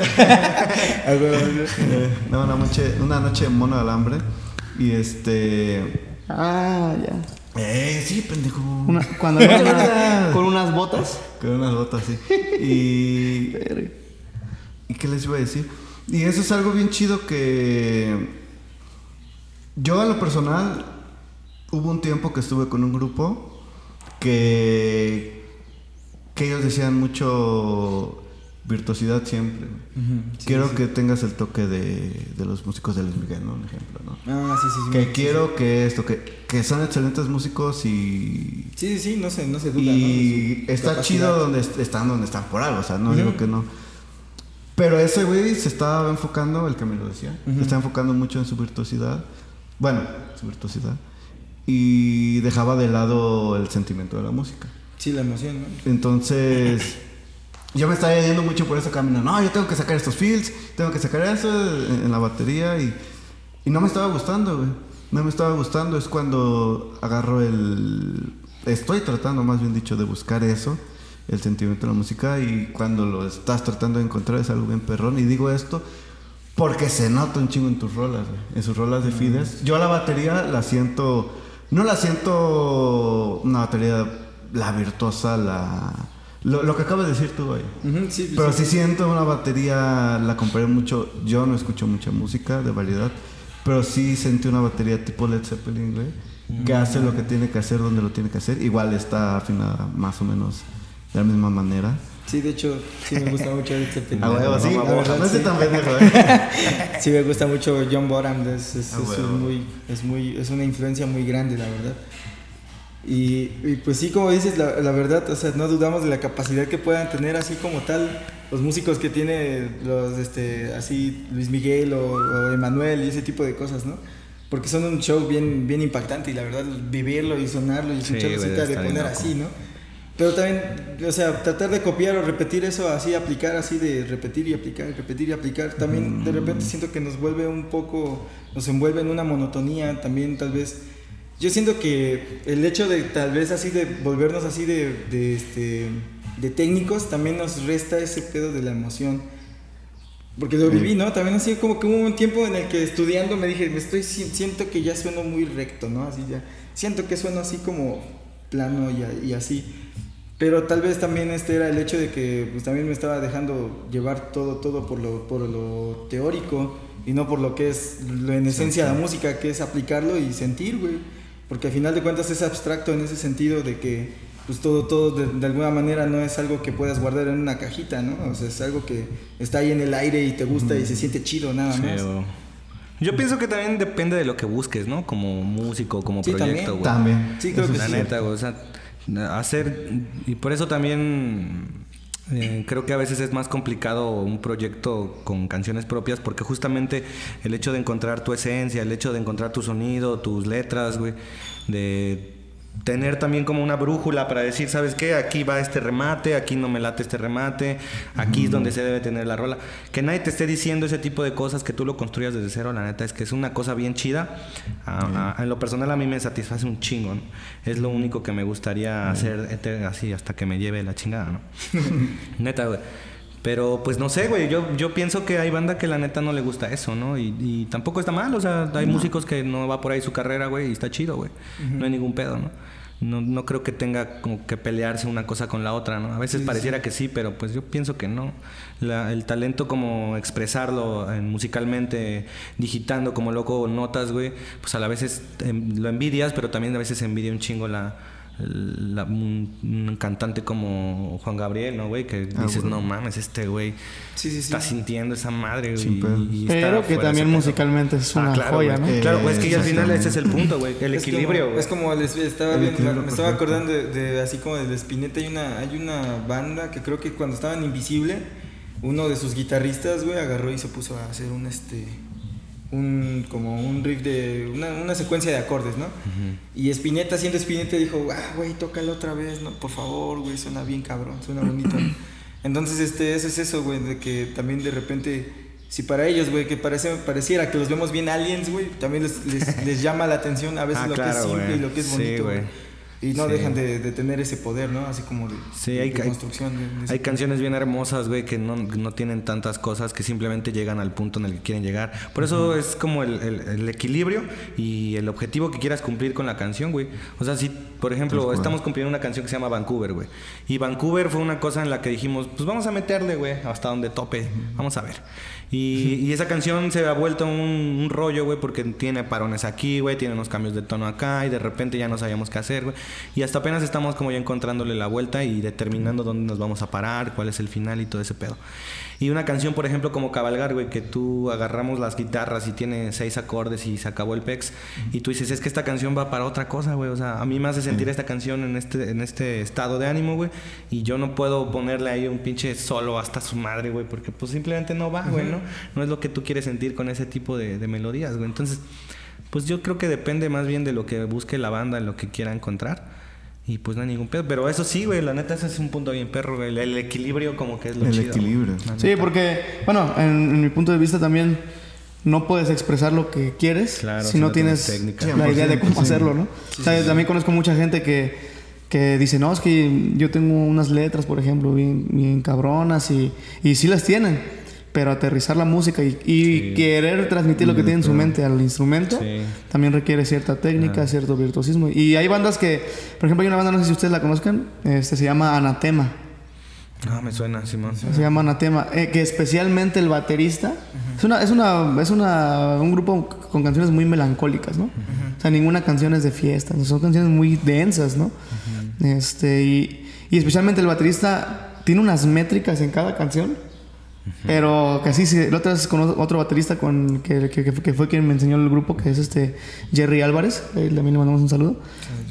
[SPEAKER 4] Ah, bueno, bueno.
[SPEAKER 1] Eh, no, una noche, una noche de mono de alambre. Y este.
[SPEAKER 2] Ah, ya.
[SPEAKER 1] Eh, sí, pendejo.
[SPEAKER 2] Una- cuando iban a- con unas botas.
[SPEAKER 1] Con unas botas, sí. Y.
[SPEAKER 2] Verga.
[SPEAKER 1] ¿Y qué les iba a decir? Y eso es algo bien chido que. Yo, en lo personal, hubo un tiempo que estuve con un grupo que. que ellos decían mucho virtuosidad siempre.
[SPEAKER 4] Ujú, sí,
[SPEAKER 1] Quiero
[SPEAKER 4] sí.
[SPEAKER 1] que tengas el toque de, de los músicos de Luis Miguel, ¿no? Un ejemplo, ¿no?
[SPEAKER 4] Ah, sí, sí, sí.
[SPEAKER 1] Que
[SPEAKER 4] sí,
[SPEAKER 1] quiero que esto, que, que son excelentes músicos y.
[SPEAKER 4] Sí, sí, sí, no se, no se duda,
[SPEAKER 1] Y
[SPEAKER 4] ¿no? Su
[SPEAKER 1] está
[SPEAKER 4] capacidad.
[SPEAKER 1] chido donde est- están donde están por algo, o sea, no
[SPEAKER 4] Ujú.
[SPEAKER 1] digo que no. Pero ese güey se estaba enfocando, el que me lo decía,
[SPEAKER 4] Ujú.
[SPEAKER 1] se estaba enfocando mucho en su virtuosidad. Bueno, su virtuosidad. Y dejaba de lado el sentimiento de la música.
[SPEAKER 4] Sí, la emoción, ¿no?
[SPEAKER 1] Entonces, yo me estaba yendo mucho por ese camino. No, yo tengo que sacar estos fills, tengo que sacar eso en, en la batería y, y no me estaba gustando, güey. No me estaba gustando. Es cuando agarro el... Estoy tratando, más bien dicho, de buscar eso, el sentimiento de la música, y cuando lo estás tratando de encontrar es algo bien perrón. Y digo esto porque se nota un chingo en tus rolas, güey, en sus rolas de Fides. Yo la batería la siento... No la siento una batería, la virtuosa, la... Lo, lo que acabas de decir tú, güey.
[SPEAKER 4] Ujú, sí,
[SPEAKER 1] Pero
[SPEAKER 4] sí,
[SPEAKER 1] sí siento una batería, la comparé mucho. Yo no escucho mucha música de variedad, pero sí sentí una batería tipo Led Zeppelin, güey, que hace lo que tiene que hacer donde lo tiene que hacer. Igual está afinada más o menos de la misma manera.
[SPEAKER 4] Sí, de hecho, sí me gusta mucho Led Zeppelin.
[SPEAKER 1] A huevo, sí,
[SPEAKER 4] La verdad,
[SPEAKER 1] no estoy
[SPEAKER 4] sí.
[SPEAKER 1] tan pendejo, eh.
[SPEAKER 4] Sí, me gusta mucho John Bonham, es, es,
[SPEAKER 1] Ah,
[SPEAKER 4] es
[SPEAKER 1] huevo.
[SPEAKER 4] un muy, es muy, es una influencia muy grande, la verdad. Y, y pues sí, como dices, la, la verdad, o sea, no dudamos de la capacidad que puedan tener así como tal los músicos que tiene los, este, así Luis Miguel o, o Emanuel y ese tipo de cosas, ¿no? Porque son un show bien, bien impactante y la verdad vivirlo y sonarlo y
[SPEAKER 3] Sí,
[SPEAKER 4] escucharlo
[SPEAKER 3] güey,
[SPEAKER 4] así te ha de
[SPEAKER 3] está bien
[SPEAKER 4] poner
[SPEAKER 3] loco.
[SPEAKER 4] así, ¿no? Pero también, o sea, tratar de copiar o repetir eso así, aplicar así de repetir y aplicar, repetir y aplicar, también de repente siento que nos vuelve un poco, nos envuelve en una monotonía, también tal vez. Yo siento que el hecho de tal vez así de volvernos así de, de, este, de técnicos también nos resta ese pedo de la emoción. Porque lo viví, ¿no? También así como que hubo un tiempo en el que estudiando me dije, me estoy si- siento que ya sueno muy recto, ¿no? Así ya, siento que sueno así como plano y, a- y así. Pero tal vez también este era el hecho de que pues también me estaba dejando llevar todo, todo por lo, por lo teórico y no por lo que es lo en esencia la música, que es aplicarlo y sentir, güey. Porque al final de cuentas es abstracto en ese sentido de que pues todo, todo de, de alguna manera no es algo que puedas guardar en una cajita, ¿no? O sea, es algo que está ahí en el aire y te gusta y se siente chido nada
[SPEAKER 3] Sí,
[SPEAKER 4] más.
[SPEAKER 3] güey. Yo pienso que también depende de lo que busques, ¿no? Como músico, como
[SPEAKER 4] Sí,
[SPEAKER 3] proyecto, güey.
[SPEAKER 1] También.
[SPEAKER 4] Sí, creo
[SPEAKER 1] Eso
[SPEAKER 4] que
[SPEAKER 3] La
[SPEAKER 4] sí.
[SPEAKER 3] neta, güey. O sea, hacer. Y por eso también. eh, creo que a veces es más complicado un proyecto con canciones propias, porque justamente el hecho de encontrar tu esencia, el hecho de encontrar tu sonido, tus letras, güey, de tener también como una brújula para decir, ¿sabes qué? Aquí va este remate, aquí no me late este remate, aquí es donde se debe tener la rola. Que nadie te esté diciendo ese tipo de cosas, que tú lo construyas desde cero, la neta es que es una cosa bien chida. A- a- en lo personal a mí me satisface un chingo, ¿no? Es lo único que me gustaría hacer eter- así hasta que me lleve la chingada, ¿no? Neta, güey. Pero pues no sé, güey, yo, yo pienso que hay banda que la neta no le gusta eso, ¿no? Y, y tampoco está mal, o sea, hay músicos que no va por ahí su carrera, güey, y está chido, güey. No hay ningún pedo, ¿no? No, no creo que tenga como que pelearse una cosa con la otra, ¿no? A veces
[SPEAKER 4] Sí,
[SPEAKER 3] pareciera que sí, pero pues yo pienso que no. La- el talento como expresarlo en- musicalmente, digitando como loco notas, güey, pues a la vez es, em, lo envidias, pero también a veces envidia un chingo la... la- un, un cantante como Juan Gabriel, ¿no, güey? Que
[SPEAKER 1] Ah,
[SPEAKER 3] dices,
[SPEAKER 1] bueno.
[SPEAKER 3] no mames, este güey
[SPEAKER 4] Sí, sí, sí.
[SPEAKER 3] está sintiendo esa madre, güey.
[SPEAKER 1] Sin pedo.
[SPEAKER 3] y- y está
[SPEAKER 2] Pero que
[SPEAKER 3] fuera
[SPEAKER 2] también
[SPEAKER 3] ese pedo.
[SPEAKER 2] musicalmente es una
[SPEAKER 3] Ah, claro,
[SPEAKER 2] joya,
[SPEAKER 3] güey.
[SPEAKER 2] ¿no?
[SPEAKER 3] Claro, pues es que al final
[SPEAKER 1] Exactamente.
[SPEAKER 3] ese es el punto, güey. El
[SPEAKER 4] Es
[SPEAKER 3] equilibrio,
[SPEAKER 4] como,
[SPEAKER 3] güey.
[SPEAKER 4] es como les estaba
[SPEAKER 1] El
[SPEAKER 4] viendo,
[SPEAKER 1] equilibrio
[SPEAKER 4] me estaba
[SPEAKER 1] perfecto.
[SPEAKER 4] acordando de, de así como de Spinetta. Hay una, hay una banda que creo que cuando estaban Invisible uno de sus guitarristas, güey, agarró y se puso a hacer un, este, un, como un riff de, una, una secuencia de acordes, ¿no? Uh-huh. Y Spinetta, siendo Spinetta, dijo, ah, güey, tócalo otra vez, ¿no? Por favor, güey, suena bien cabrón, suena bonito. Entonces, este, eso es eso, güey, de que también de repente, si para ellos, güey, que parece, pareciera que los vemos bien aliens, güey, también les, les, les llama la atención a veces ah, lo claro, que es simple wey. Y lo que es bonito, güey. Sí, y no sí. dejan de, de tener ese poder, ¿no? Así como de,
[SPEAKER 3] sí, hay,
[SPEAKER 4] de construcción. De, de
[SPEAKER 3] hay canciones bien hermosas, güey, que no, no tienen tantas cosas, que simplemente llegan al punto en el que quieren llegar. Por eso uh-huh. es como el, el, el equilibrio y el objetivo que quieras cumplir con la canción, güey. O sea, si, por ejemplo, pues, estamos cumpliendo una canción que se llama Vancouver, güey. Y Vancouver fue una cosa en la que dijimos, pues vamos a meterle, güey, hasta donde tope. Uh-huh. Vamos a ver. Y, y esa canción se ha vuelto un, un rollo, güey, porque tiene parones aquí, güey, tiene unos cambios de tono acá y de repente ya no sabíamos qué hacer, güey. Y hasta apenas estamos como ya encontrándole la vuelta y determinando dónde nos vamos a parar, cuál es el final y todo ese pedo. Y una canción, por ejemplo, como Cabalgar, güey, que tú agarramos las guitarras y tiene seis acordes y se acabó el pex. Y tú dices, es que esta canción va para otra cosa, güey. O sea, a mí me hace sentir esta canción en este, en este estado de ánimo, güey. Y yo no puedo ponerle ahí un pinche solo hasta su madre, güey, porque pues simplemente no va, güey, ¿no? No es lo que tú quieres sentir con ese tipo de, de melodías, güey. Entonces, pues yo creo que depende más bien de lo que busque la banda, en lo que quiera encontrar. Y pues no hay ningún pedo. Pero eso sí, güey, la neta ese es un punto bien perro, güey. El, el equilibrio como que es lo
[SPEAKER 1] el
[SPEAKER 3] chido.
[SPEAKER 1] El equilibrio.
[SPEAKER 2] Sí, porque, bueno, en, en mi punto de vista también no puedes expresar lo que quieres claro, si, si no, no tienes técnica. La idea de cómo sí. hacerlo, ¿no? Sí, o sea, sí, también sí. conozco mucha gente que, que dice, no, es que yo tengo unas letras, por ejemplo, bien, bien cabronas y, y sí las tienen. Pero aterrizar la música y, y sí. querer transmitir lo que tiene en su mente al instrumento sí. también requiere cierta técnica, ah. cierto virtuosismo. Y hay bandas que, por ejemplo, hay una banda, no sé si ustedes la conozcan, este se llama Anatema.
[SPEAKER 3] Ah, me suena, Simón.
[SPEAKER 2] Se llama Anatema, eh, que especialmente el baterista uh-huh. es una es una es una un grupo con canciones muy melancólicas, ¿no? Uh-huh. O sea, ninguna canción es de fiesta, son canciones muy densas, ¿no? Uh-huh. Este y, y especialmente el baterista tiene unas métricas en cada canción. Pero que así, la otra vez con otro baterista con, que, que, que fue quien me enseñó el grupo, que es este Jerry Álvarez, él también le mandamos un saludo.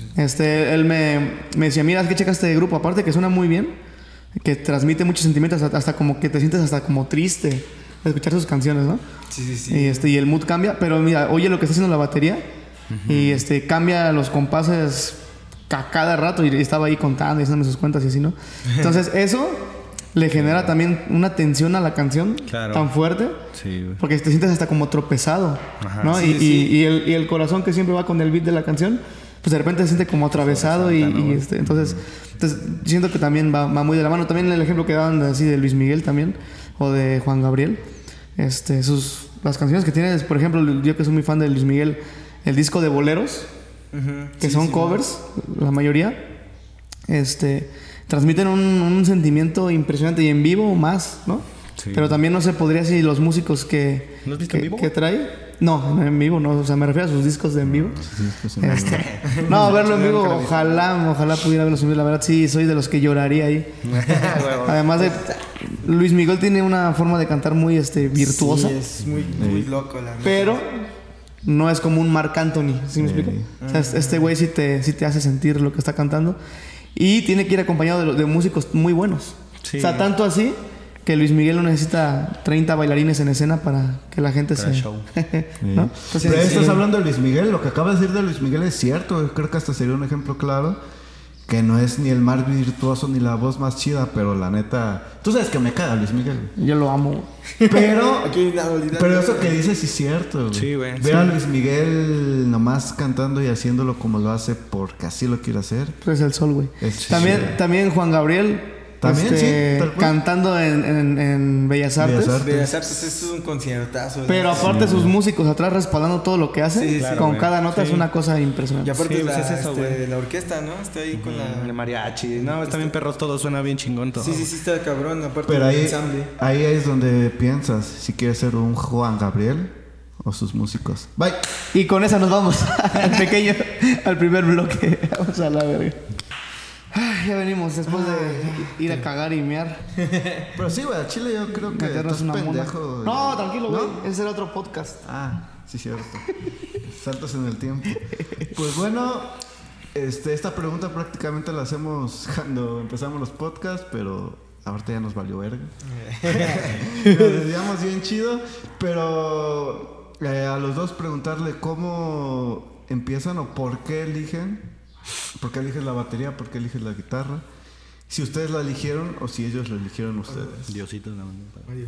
[SPEAKER 2] Este, él me, me decía, mira, es que checa este grupo, aparte que suena muy bien, que transmite muchos sentimientos, hasta, hasta como que te sientes hasta como triste de escuchar sus canciones, ¿no?
[SPEAKER 4] Sí, sí, sí.
[SPEAKER 2] Y, este, y el mood cambia, pero mira, oye lo que está haciendo la batería uh-huh. y este, cambia los compases a cada rato y estaba ahí contando y haciéndome sus cuentas y así, ¿no? Entonces eso le genera también una tensión a la canción claro. tan fuerte
[SPEAKER 3] sí,
[SPEAKER 2] porque te sientes hasta como tropezado, Ajá, ¿no?
[SPEAKER 3] Sí,
[SPEAKER 2] y,
[SPEAKER 3] sí.
[SPEAKER 2] Y, y, el, y el corazón que siempre va con el beat de la canción, pues de repente se siente como atravesado y, y este, entonces, entonces siento que también va, va muy de la mano. También el ejemplo que daban de, así de Luis Miguel también o de Juan Gabriel, este, sus las canciones que tiene, por ejemplo, yo que soy muy fan de Luis Miguel, el disco de boleros uh-huh. que sí, son sí, covers, sí. la mayoría, este transmiten un, un sentimiento impresionante y en vivo más, ¿no? Sí. Pero también no se podría si los músicos que,
[SPEAKER 3] ¿No has visto
[SPEAKER 2] que,
[SPEAKER 3] en vivo?
[SPEAKER 2] que trae. No, no en vivo, no. O sea, me refiero a sus discos de en vivo. Sí, este, no, verlo en vivo, ojalá, ojalá pudiera verlo en vivo. La verdad, sí, soy de los que lloraría ahí. Además de... Luis Miguel tiene una forma de cantar muy este, virtuosa.
[SPEAKER 4] Sí, es muy, muy loco la
[SPEAKER 2] Pero no es como un Marc Anthony, ¿sí me sí. explico? O sea, este güey sí te, sí te hace sentir lo que está cantando. Y tiene que ir acompañado de, de músicos muy buenos. Sí. O sea, tanto así que Luis Miguel no necesita treinta bailarines en escena para que la gente para se...
[SPEAKER 3] show.
[SPEAKER 2] ¿No? Entonces,
[SPEAKER 1] Pero sí. estás hablando de Luis Miguel. Lo que acabas de decir de Luis Miguel es cierto. Yo creo que hasta sería un ejemplo claro. Que no es ni el más virtuoso ni la voz más chida. Pero la neta... Tú sabes que me caga Luis Miguel.
[SPEAKER 2] Yo lo amo.
[SPEAKER 1] Pero... pero eso que dices sí es cierto.
[SPEAKER 3] Sí, güey.
[SPEAKER 1] Ver sí. a Luis Miguel nomás cantando y haciéndolo como lo hace porque así lo quiere hacer.
[SPEAKER 2] Pues el sol, güey. También, sí. también Juan Gabriel...
[SPEAKER 1] También,
[SPEAKER 2] este,
[SPEAKER 1] sí,
[SPEAKER 2] cantando en, en, en Bellas Artes.
[SPEAKER 4] Bellas Artes. Bellas Artes es un conciertazo.
[SPEAKER 2] Pero aparte sí, sus músicos atrás respaldando todo lo que hace, sí, claro, con güey. cada nota sí. es una cosa impresionante.
[SPEAKER 4] Y aparte
[SPEAKER 3] sí,
[SPEAKER 4] la,
[SPEAKER 3] pues es eso,
[SPEAKER 4] este, la orquesta, ¿no? Está ahí uh-huh. con la...
[SPEAKER 3] El mariachi. No, está bien perros, todo suena bien chingón todo.
[SPEAKER 4] Sí, sí, sí, está cabrón. Aparte
[SPEAKER 1] Pero
[SPEAKER 4] del
[SPEAKER 1] ahí,
[SPEAKER 4] ensamble.
[SPEAKER 1] Ahí es donde piensas si quieres ser un Juan Gabriel o sus músicos. Bye.
[SPEAKER 2] Y con esa nos vamos al pequeño, al primer bloque. Vamos a la verga. Ya venimos después de ir a cagar y mear.
[SPEAKER 1] Pero sí, güey, a Chile yo creo que estás pendejo.
[SPEAKER 2] No, tranquilo, güey. ¿No? Ese era otro podcast.
[SPEAKER 1] Ah, sí, cierto. Saltos en el tiempo. Pues bueno, este, esta pregunta prácticamente la hacemos cuando empezamos los podcasts, pero ahorita ya nos valió verga. Nos desviamos bien chido, pero eh, a los dos preguntarle cómo empiezan o por qué eligen, por qué eligen la batería, por qué eligen la guitarra. Si ustedes la eligieron o si ellos la eligieron ustedes.
[SPEAKER 3] Diosito la mandó para...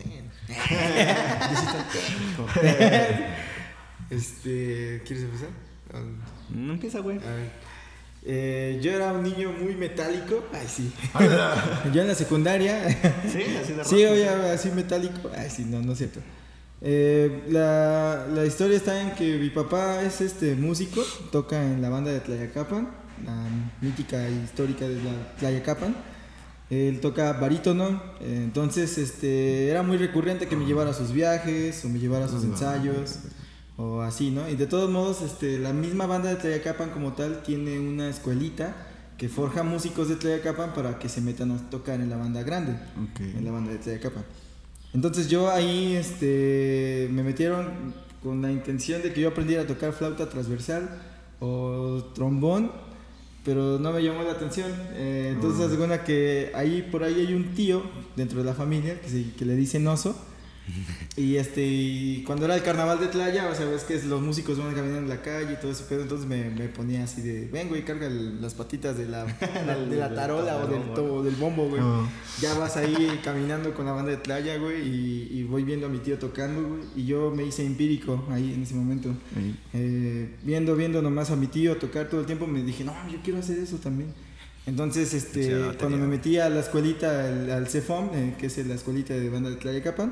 [SPEAKER 4] Este, ¿quieres empezar?
[SPEAKER 3] No empieza, güey.
[SPEAKER 4] A ver. Eh, yo era un niño muy metálico. Ay, sí. Yo en la secundaria.
[SPEAKER 3] Sí, así de rock.
[SPEAKER 4] Sí, oye, así metálico. Ay, sí, no, no es cierto. Eh, la, la historia está en que mi papá es este músico, toca en la banda de Tlayacapan, la mítica e histórica de la Tlayacapan. Él toca barítono, eh, entonces este, era muy recurrente que me llevara a sus viajes o me llevara a sus ensayos o así, ¿no? Y de todos modos, este, la misma banda de Tlayacapan como tal tiene una escuelita que forja músicos de Tlayacapan para que se metan a tocar en la banda grande,
[SPEAKER 1] Okay.
[SPEAKER 4] en la banda de Tlayacapan. Entonces yo ahí este, me metieron con la intención de que yo aprendiera a tocar flauta transversal o trombón, pero no me llamó la atención. Eh, entonces,
[SPEAKER 1] Oh.
[SPEAKER 4] haz de cuenta que ahí por ahí hay un tío dentro de la familia que, se, que le dicen Oso. Y este y cuando era el carnaval de Tlaya, o sea, ves que los músicos van caminando en la calle y todo ese pedo, entonces me, me ponía así de, ven, güey, carga el- las patitas de la, de la tarola o del, to- del bombo, güey.
[SPEAKER 1] Oh.
[SPEAKER 4] Ya vas ahí caminando con la banda de Tlaya, güey, y, y voy viendo a mi tío tocando, güey, y yo me hice empírico ahí en ese momento.
[SPEAKER 1] Ahí.
[SPEAKER 4] Eh, viendo, viendo nomás a mi tío tocar todo el tiempo, me dije, no, yo quiero hacer eso también. Entonces, este,
[SPEAKER 3] Sí, la batería.
[SPEAKER 4] cuando me metí a la escuelita, al, al C F O M, eh, que es la escuelita de banda de Tlayacapan,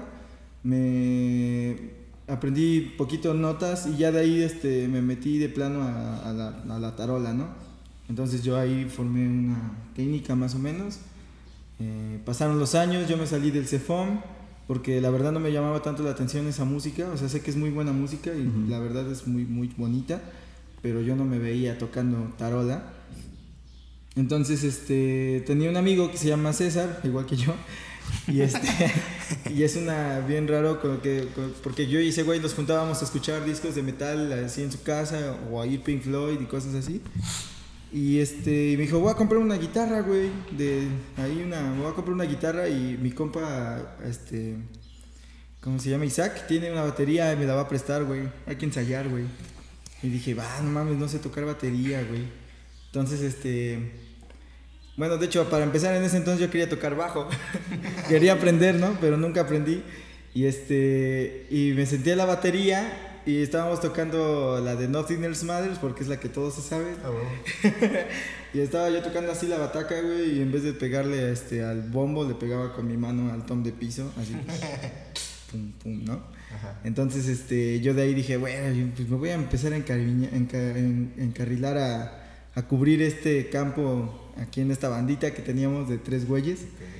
[SPEAKER 4] me aprendí poquito notas y ya de ahí este, me metí de plano a, a, la, a la tarola, ¿no? Entonces yo ahí formé una técnica más o menos. Eh, pasaron los años, yo me salí del C F O M porque la verdad no me llamaba tanto la atención esa música, o sea, sé que es muy buena música y
[SPEAKER 1] Ujú.
[SPEAKER 4] la verdad es muy, muy bonita, pero yo no me veía tocando tarola. Entonces, este, tenía un amigo que se llama César, igual que yo, y este, y es una bien raro con que, con- porque yo y ese güey nos juntábamos a escuchar discos de metal así en su casa o a ir Pink Floyd y cosas así. Y este, y me dijo, voy a comprar una guitarra, güey, de ahí una, voy a comprar una guitarra y mi compa, este, ¿cómo se llama? Isaac, tiene una batería y me la va a prestar, güey, hay que ensayar, güey. Y dije, va, no mames, no sé tocar batería, güey. Entonces, este... Bueno, de hecho, para empezar en ese entonces yo quería tocar bajo. Quería aprender, ¿no? Pero nunca aprendí. Y este... Y me senté a la batería y estábamos tocando la de Nothing Else Matters porque es la que todos se saben.
[SPEAKER 1] Ah, bueno.
[SPEAKER 4] Y estaba yo tocando así la bataca, güey, y en vez de pegarle este, al bombo, le pegaba con mi mano al tom de piso, así. Pum, pum, ¿no? Entonces, este, yo de ahí dije, bueno, yo, pues me voy a empezar a encariña- enca- en- encarrilar a, a cubrir este campo aquí en esta bandita que teníamos de tres güeyes.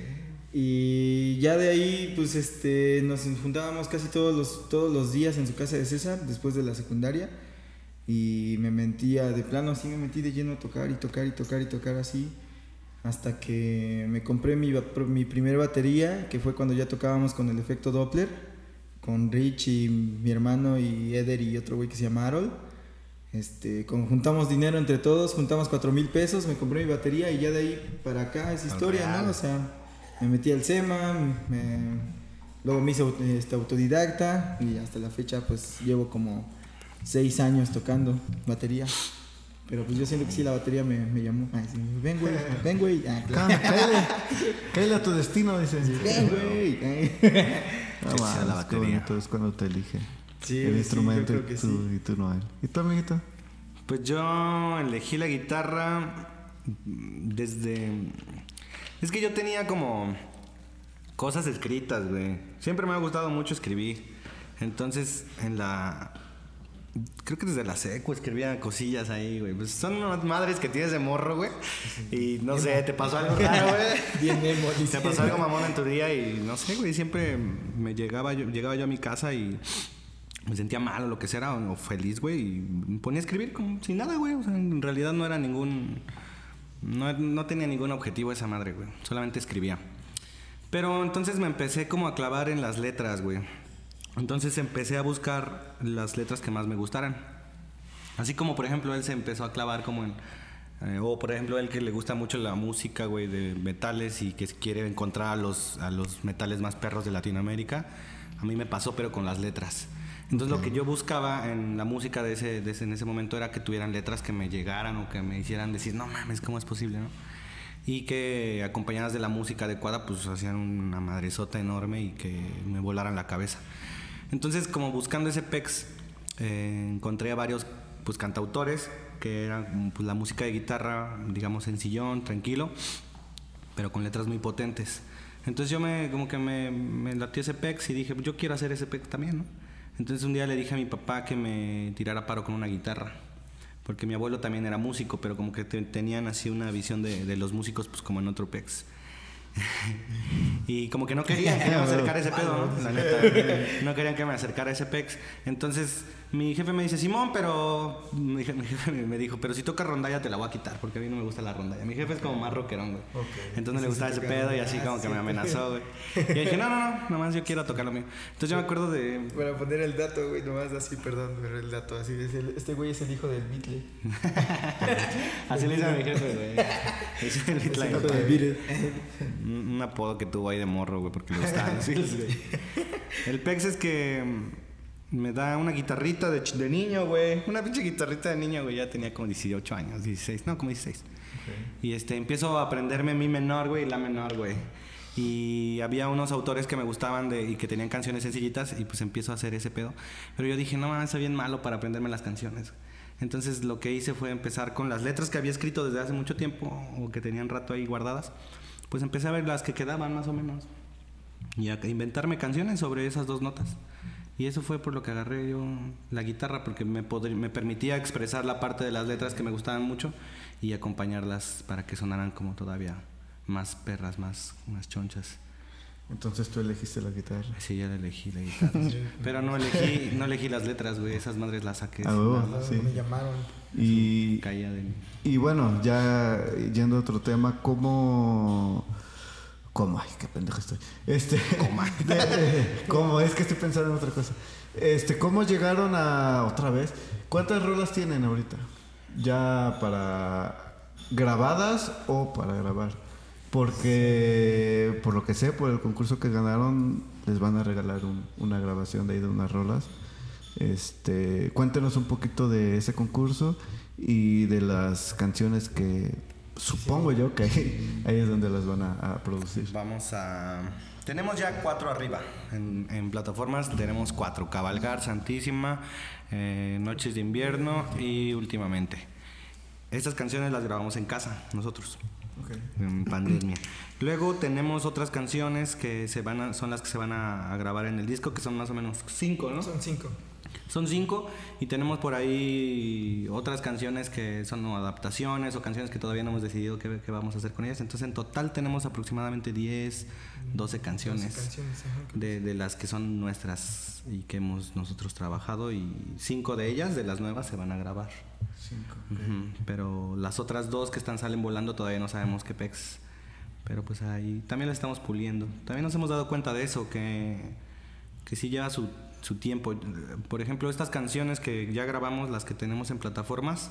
[SPEAKER 4] Y ya de ahí, pues, este, nos juntábamos casi todos los, todos los días en su casa de César, después de la secundaria. Y me mentía de plano, así me metí de lleno a tocar y tocar y tocar y tocar así. Hasta que me compré mi, ba- mi primer batería, que fue cuando ya tocábamos con el efecto Doppler, con Rich y mi hermano y Eder y otro güey que se llama Harold. Este, con- juntamos dinero entre todos, juntamos cuatro mil pesos, me compré mi batería y ya de ahí para acá es historia, ¿no? O sea, me metí al SEMA, me- luego me hice aut- este, autodidacta y hasta la fecha pues llevo como seis años tocando batería. Pero pues yo siento que sí, la batería me, me llamó. Ay, sí, ven, güey, ven, güey. Ah, claro.
[SPEAKER 1] Cállate, cállate, cállate a tu destino, dice.
[SPEAKER 4] Ven, güey. Ay.
[SPEAKER 1] No,
[SPEAKER 3] Que sea
[SPEAKER 1] mames,
[SPEAKER 3] la
[SPEAKER 1] qué
[SPEAKER 3] batería.
[SPEAKER 1] bonito es cuando te elige
[SPEAKER 4] Sí,
[SPEAKER 1] el
[SPEAKER 4] sí,
[SPEAKER 1] instrumento
[SPEAKER 4] yo
[SPEAKER 1] y,
[SPEAKER 4] creo que
[SPEAKER 1] tú,
[SPEAKER 4] sí.
[SPEAKER 1] y tú no él. ¿Y tú, amiguito?
[SPEAKER 3] Pues yo elegí la guitarra desde... Es que yo tenía como cosas escritas, güey. Siempre me ha gustado mucho escribir. Entonces, en la... Creo que desde la secu escribía cosillas ahí, güey. Pues son unas madres que tienes de morro, güey. Y no sé, te pasó algo raro, güey.
[SPEAKER 4] Bien emo, dice.
[SPEAKER 3] Te pasó algo mamón en tu día y no sé, güey. Siempre me llegaba yo, llegaba yo a mi casa y me sentía mal o lo que sea, o feliz, güey. Y me ponía a escribir como sin nada, güey. O sea, en realidad no era ningún... No, no tenía ningún objetivo esa madre, güey. Solamente escribía. Pero entonces me empecé como a clavar en las letras, güey. Entonces empecé a buscar las letras que más me gustaran. Así como, por ejemplo, él se empezó a clavar como en Eh, o por ejemplo, el que le gusta mucho la música, güey, de metales y que quiere encontrar a los, a los metales más perros de Latinoamérica. A mí me pasó, pero con las letras. Entonces okay. Lo que yo buscaba en la música de ese, de ese, en ese momento era que tuvieran letras que me llegaran o que me hicieran decir, no mames, ¿cómo es posible, no? Y que acompañadas de la música adecuada, pues hacían una madresota enorme y que me volaran la cabeza. Entonces, como buscando ese pex, eh, encontré a varios pues cantautores que eran pues, la música de guitarra, digamos sencillón, tranquilo, pero con letras muy potentes. Entonces yo me como que me, me latió ese pex y dije, pues, yo quiero hacer ese pex también, ¿no? Entonces un día le dije a mi papá que me tirara paro con una guitarra, porque mi abuelo también era músico, pero como que te, tenían así una visión de, de los músicos pues como en otro pex. Y como que no querían que me acercara ese pedo, ¿no? La neta, no querían que me acercara ese pex. Entonces mi jefe me dice, Simón, pero mi jefe me dijo, pero si tocas rondalla te la voy a quitar, porque a mí no me gusta la rondalla. Mi jefe es como más rockerón, güey. Okay. Entonces no le gustaba ese pedo y así como que me amenazó, güey. Y yo dije, no, no, no, nomás yo quiero tocar lo mío. Entonces yo me acuerdo de...
[SPEAKER 4] Para poner el dato, güey, nomás así, perdón, pero el dato así. Es el, este güey es el hijo del Beatle.
[SPEAKER 3] Así le dice a mi jefe, güey. Es el Beatle. Un apodo que tuvo ahí de morro, güey, porque le gustaban los Beatles, güey. El pex es que me da una guitarrita de, de niño, güey. Una pinche guitarrita de niño, güey. Ya tenía como dieciocho años, dieciséis. No, como dieciséis. Okay. Y este, empiezo a aprenderme mi menor, güey, y la menor, güey. Y había unos autores que me gustaban de, y que tenían canciones sencillitas. Y pues empiezo a hacer ese pedo. Pero yo dije, no, man, está bien malo para aprenderme las canciones. Entonces lo que hice fue empezar con las letras que había escrito desde hace mucho tiempo, o que tenían rato ahí guardadas. Pues empecé a ver las que quedaban más o menos y a inventarme canciones sobre esas dos notas. Y eso fue por lo que agarré yo la guitarra, porque me, pod- me permitía expresar la parte de las letras que me gustaban mucho y acompañarlas para que sonaran como todavía más perras, más, más chonchas.
[SPEAKER 1] Entonces tú elegiste la guitarra.
[SPEAKER 3] Sí, ya la elegí la guitarra. Pero no elegí, no elegí las letras, güey. Esas madres las saqué.
[SPEAKER 1] Ah, oh, sí.
[SPEAKER 4] Me llamaron.
[SPEAKER 1] Y,
[SPEAKER 3] caía de mí.
[SPEAKER 1] Y bueno, ya yendo a otro tema, ¿cómo...? ¿Cómo? Ay, qué pendejo estoy. Este, ¿Cómo? De, de, ¿Cómo? Es que estoy pensando en otra cosa. Este, ¿cómo llegaron a... otra vez? ¿Cuántas rolas tienen ahorita? ¿Ya para grabadas o para grabar? Porque, por lo que sé, por el concurso que ganaron, les van a regalar un, una grabación de ahí de unas rolas. Este, cuéntenos un poquito de ese concurso y de las canciones que supongo yo que ahí, ahí es donde las van a, a producir.
[SPEAKER 3] Vamos a... Tenemos ya cuatro arriba. En, en plataformas tenemos cuatro. Cabalgar, Santísima, eh, Noches de Invierno y Últimamente. Estas canciones las grabamos en casa, nosotros. Okay. En pandemia. Luego tenemos otras canciones que se van a, son las que se van a, a grabar en el disco, que son más o menos cinco, ¿no?
[SPEAKER 4] Son cinco.
[SPEAKER 3] Son cinco y tenemos por ahí otras canciones que son no, adaptaciones o canciones que todavía no hemos decidido qué, qué vamos a hacer con ellas. Entonces en total tenemos aproximadamente diez, doce canciones, doce canciones de, de las que son nuestras y que hemos nosotros trabajado, y cinco de ellas, de las nuevas, se van a grabar.
[SPEAKER 1] Cinco, okay.
[SPEAKER 3] Uh-huh. Pero las otras dos que están salen volando todavía no sabemos qué pex. Pero pues ahí también las estamos puliendo. También nos hemos dado cuenta de eso, que, que sí lleva su, su tiempo. Por ejemplo, estas canciones que ya grabamos, las que tenemos en plataformas,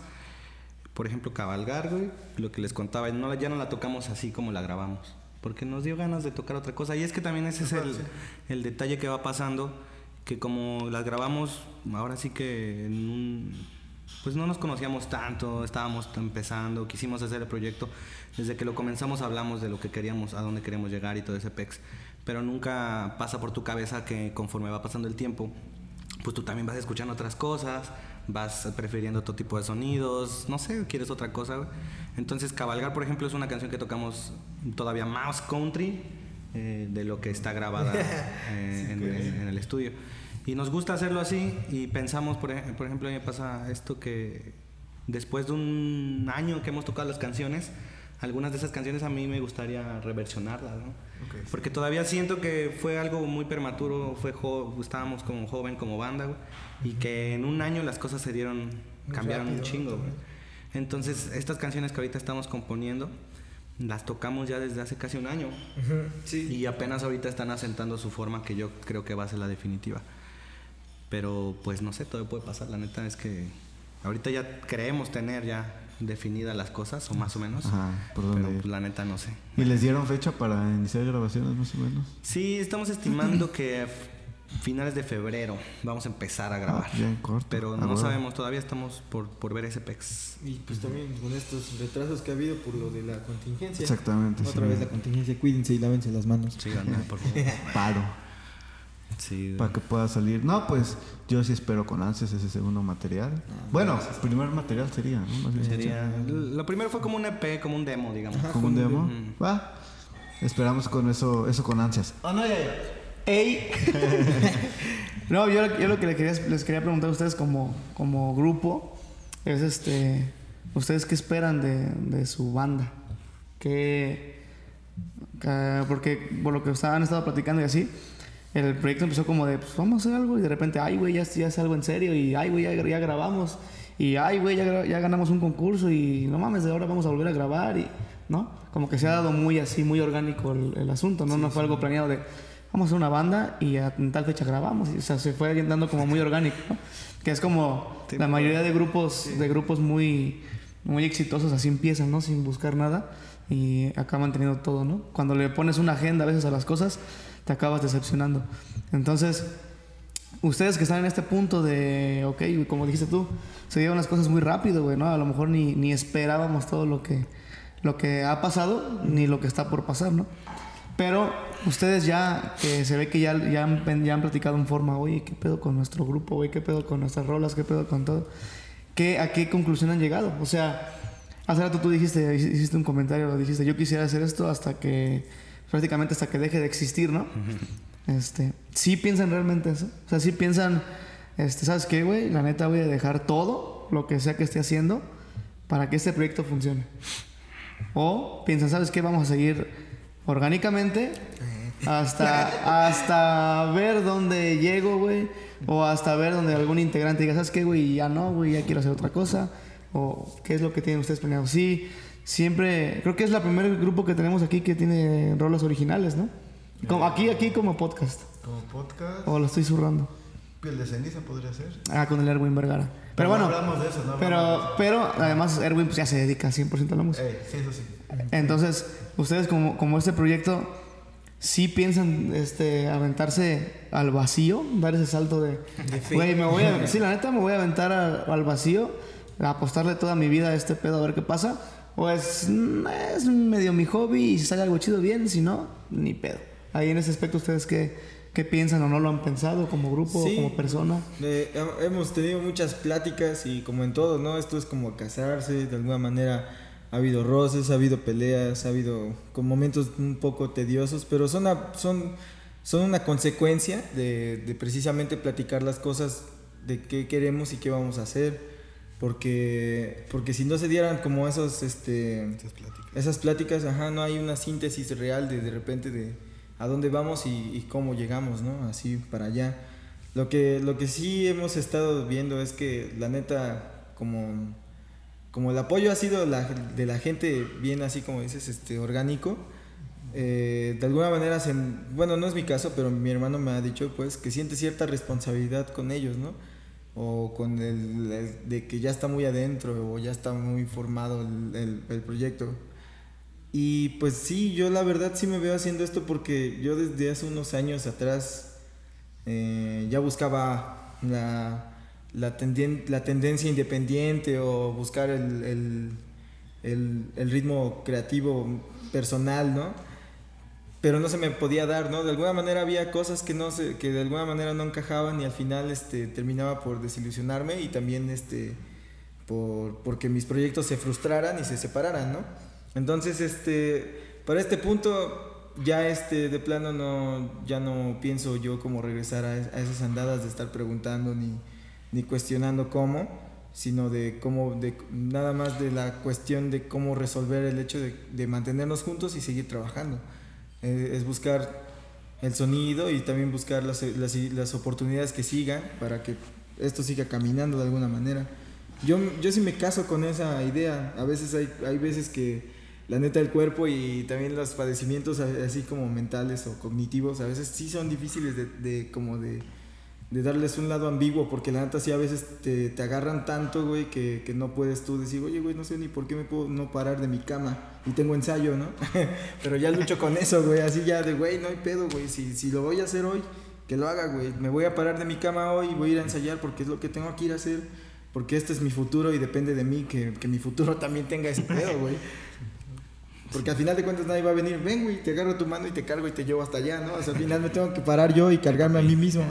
[SPEAKER 3] por ejemplo, Cabalgar, güey, lo que les contaba, no, ya no la tocamos así como la grabamos, porque nos dio ganas de tocar otra cosa. Y es que también ese es el, el detalle que va pasando, que como las grabamos, ahora sí que en un... pues no nos conocíamos tanto, estábamos empezando, quisimos hacer el proyecto. Desde que lo comenzamos hablamos de lo que queríamos, a dónde queríamos llegar y todo ese pex. Pero nunca pasa por tu cabeza que conforme va pasando el tiempo, pues tú también vas escuchando otras cosas, vas prefiriendo otro tipo de sonidos, no sé, quieres otra cosa, güey. Entonces Cabalgar, por ejemplo, es una canción que tocamos todavía más country eh, de lo que está grabada eh, sí, en, en, en el estudio. Y nos gusta hacerlo así, y pensamos, por ejemplo, por ejemplo, a mí me pasa esto, que después de un año que hemos tocado las canciones, algunas de esas canciones a mí me gustaría reversionarlas, ¿no? Okay, sí. Porque todavía siento que fue algo muy prematuro, fue jo- estábamos como joven, como banda, güey, uh-huh. Y que en un año las cosas se dieron, muy cambiaron rápido, un chingo, güey. Entonces, estas canciones que ahorita estamos componiendo, las tocamos ya desde hace casi un año. Uh-huh. Sí. Y apenas ahorita están asentando su forma, que yo creo que va a ser la definitiva. Pero pues no sé, todo puede pasar. La neta es que ahorita ya creemos tener ya definidas las cosas, o más o menos.
[SPEAKER 1] Ajá, por dónde
[SPEAKER 3] pero
[SPEAKER 1] ir.
[SPEAKER 3] pues, la neta no sé.
[SPEAKER 1] ¿Y les dieron fecha para iniciar grabaciones más o menos?
[SPEAKER 3] Sí, estamos estimando que a finales de febrero vamos a empezar a grabar.
[SPEAKER 1] Ah, bien corto.
[SPEAKER 3] Pero
[SPEAKER 1] Ah,
[SPEAKER 3] no
[SPEAKER 1] bueno.
[SPEAKER 3] sabemos, todavía estamos por, por ver ese pex.
[SPEAKER 4] Y pues también con estos retrasos que ha habido por lo de la contingencia.
[SPEAKER 1] Exactamente.
[SPEAKER 4] Otra
[SPEAKER 1] sí.
[SPEAKER 4] vez la contingencia, cuídense y lávense las manos.
[SPEAKER 3] Sí, anda, por favor.
[SPEAKER 1] Paro.
[SPEAKER 3] Sí.
[SPEAKER 1] Para que pueda salir. No, pues yo sí espero con ansias ese segundo material. bueno, primer material sería, ¿no? Más bien.
[SPEAKER 3] Sería, lo primero fue como un E P, como un demo, digamos.
[SPEAKER 4] Ajá.
[SPEAKER 1] Como un demo.
[SPEAKER 3] Mm.
[SPEAKER 1] Va. Esperamos con eso, eso con ansias.
[SPEAKER 2] Oh, no, ya, ya. ¡Ey! No, yo, yo lo que les quería, les quería preguntar a ustedes como, como grupo es este... ¿Ustedes qué esperan de, de su banda? ¿Qué...? que- porque por lo que estaban estado platicando y así, el proyecto empezó como de, pues vamos a hacer algo y de repente, ay, güey, ya, ya es algo en serio y, ay, güey, ya, ya grabamos y, ay, güey, ya, gra- ya ganamos un concurso y no mames, de ahora vamos a volver a grabar y, ¿no? Como que se ha dado muy así, muy orgánico el, el asunto, ¿no? No fue algo planeado de, vamos a hacer una banda y a en tal fecha grabamos. Y, o sea, se fue dando como muy orgánico, ¿no? Que es como
[SPEAKER 3] Sí,
[SPEAKER 2] la mayoría de grupos, de grupos muy, muy exitosos así empiezan, ¿no? Sin buscar nada y acaban teniendo todo, ¿no? Cuando le pones una agenda a veces a las cosas, te acabas decepcionando. Entonces, ustedes que están en este punto de, ok, como dijiste tú, se dieron las cosas muy rápido, güey, ¿no? A lo mejor ni, ni esperábamos todo lo que, lo que ha pasado, ni lo que está por pasar, ¿no? Pero ustedes ya, que se ve que ya, ya, han, ya han platicado en forma, oye, ¿qué pedo con nuestro grupo, güey? ¿Qué pedo con nuestras rolas? ¿Qué pedo con todo? ¿Qué, ¿A qué conclusión han llegado? O sea, hace rato tú dijiste, hiciste un comentario, dijiste, yo quisiera hacer esto hasta que, prácticamente hasta que deje de existir, ¿no? Este, ¿sí piensan realmente eso? O sea, ¿sí piensan, este, ¿sabes qué, güey? La neta voy a dejar todo, lo que sea que esté haciendo, para que este proyecto funcione. O piensan, ¿sabes qué? Vamos a seguir orgánicamente hasta, hasta ver dónde llego, güey. O hasta ver donde algún integrante diga, ¿sabes qué, güey? Ya no, güey, ya quiero hacer otra cosa. O ¿qué es lo que tienen ustedes planeado? Sí, siempre... Creo que es el primer grupo que tenemos aquí que tiene rolas originales, ¿no? Como, aquí, aquí como podcast.
[SPEAKER 1] Como podcast.
[SPEAKER 2] O lo estoy zurrando.
[SPEAKER 1] Piel de ceniza podría ser.
[SPEAKER 2] Ah, con el Erwin Vergara. Pero,
[SPEAKER 1] Pero
[SPEAKER 2] bueno,
[SPEAKER 1] no hablamos de eso, no
[SPEAKER 2] pero,
[SPEAKER 1] hablamos de eso.
[SPEAKER 2] pero además Erwin pues, ya se dedica cien por ciento a la música.
[SPEAKER 1] Ey, sí, eso sí.
[SPEAKER 2] Entonces, ustedes como, como este proyecto, ¿sí piensan este, aventarse al vacío? Dar ese salto de... Güey, me voy a... Sí, la neta, me voy a aventar al, al vacío, a apostarle toda mi vida a este pedo a ver qué pasa. O es, mm, es medio mi hobby y si sale algo chido, bien. Si no, ni pedo. Ahí en ese aspecto, ¿ustedes qué, qué piensan o no lo han pensado como grupo
[SPEAKER 4] Sí.
[SPEAKER 2] o como persona?
[SPEAKER 4] Eh, he- hemos tenido muchas pláticas y como en todo, ¿no? Esto es como casarse, de alguna manera ha habido roces, ha habido peleas, ha habido con momentos un poco tediosos, pero son, a- son, son una consecuencia de, de precisamente platicar las cosas de qué queremos y qué vamos a hacer. Porque, porque si no se dieran como esos, este,
[SPEAKER 1] Esas pláticas.
[SPEAKER 4] esas pláticas, ajá, no hay una síntesis real de de repente de a dónde vamos y, y cómo llegamos, ¿no? Así para allá. Lo que, lo que sí hemos estado viendo es que la neta, como, como el apoyo ha sido la, de la gente bien así como dices, este, orgánico, eh, de alguna manera, se, bueno, no es mi caso, pero mi hermano me ha dicho pues que siente cierta responsabilidad con ellos, ¿no? O con el, el de que ya está muy adentro o ya está muy formado el, el, el proyecto. Y pues sí, yo la verdad sí me veo haciendo esto porque yo desde hace unos años atrás eh, ya buscaba la, la, tenden, la tendencia independiente o buscar el, el, el, el ritmo creativo personal, ¿no? Pero no se me podía dar, ¿no? De alguna manera había cosas que no se, que de alguna manera no encajaban y al final este, terminaba por desilusionarme y también este, por, porque mis proyectos se frustraran y se separaran, ¿no? Entonces, este, para este punto ya este, de plano no, ya no pienso yo como regresar a, a esas andadas de estar preguntando ni, ni cuestionando cómo, sino de cómo, de, nada más de la cuestión de cómo resolver el hecho de, de mantenernos juntos y seguir trabajando. Eh, es buscar el sonido y también buscar las, las, las oportunidades que sigan para que esto siga caminando de alguna manera. Yo, yo sí me caso con esa idea. A veces hay, hay veces que la neta el cuerpo y también los padecimientos así como mentales o cognitivos a veces sí son difíciles de, de como de, de darles un lado ambiguo, porque la neta sí a veces te, te agarran tanto, güey, que, que no puedes tú decir, oye, güey, no sé ni por qué me puedo no parar de mi cama y tengo ensayo, ¿no? Pero ya lucho con eso, güey, así ya de, güey, no hay pedo, güey, si, si lo voy a hacer hoy, que lo haga, güey, me voy a parar de mi cama hoy y voy a ir a ensayar porque es lo que tengo que ir a hacer, porque este es mi futuro y depende de mí que, que mi futuro también tenga ese pedo, güey. Porque al final de cuentas nadie va a venir, ven, güey, te agarro tu mano y te cargo y te llevo hasta allá, ¿no? O sea, al final me tengo que parar yo y cargarme a mí mismo.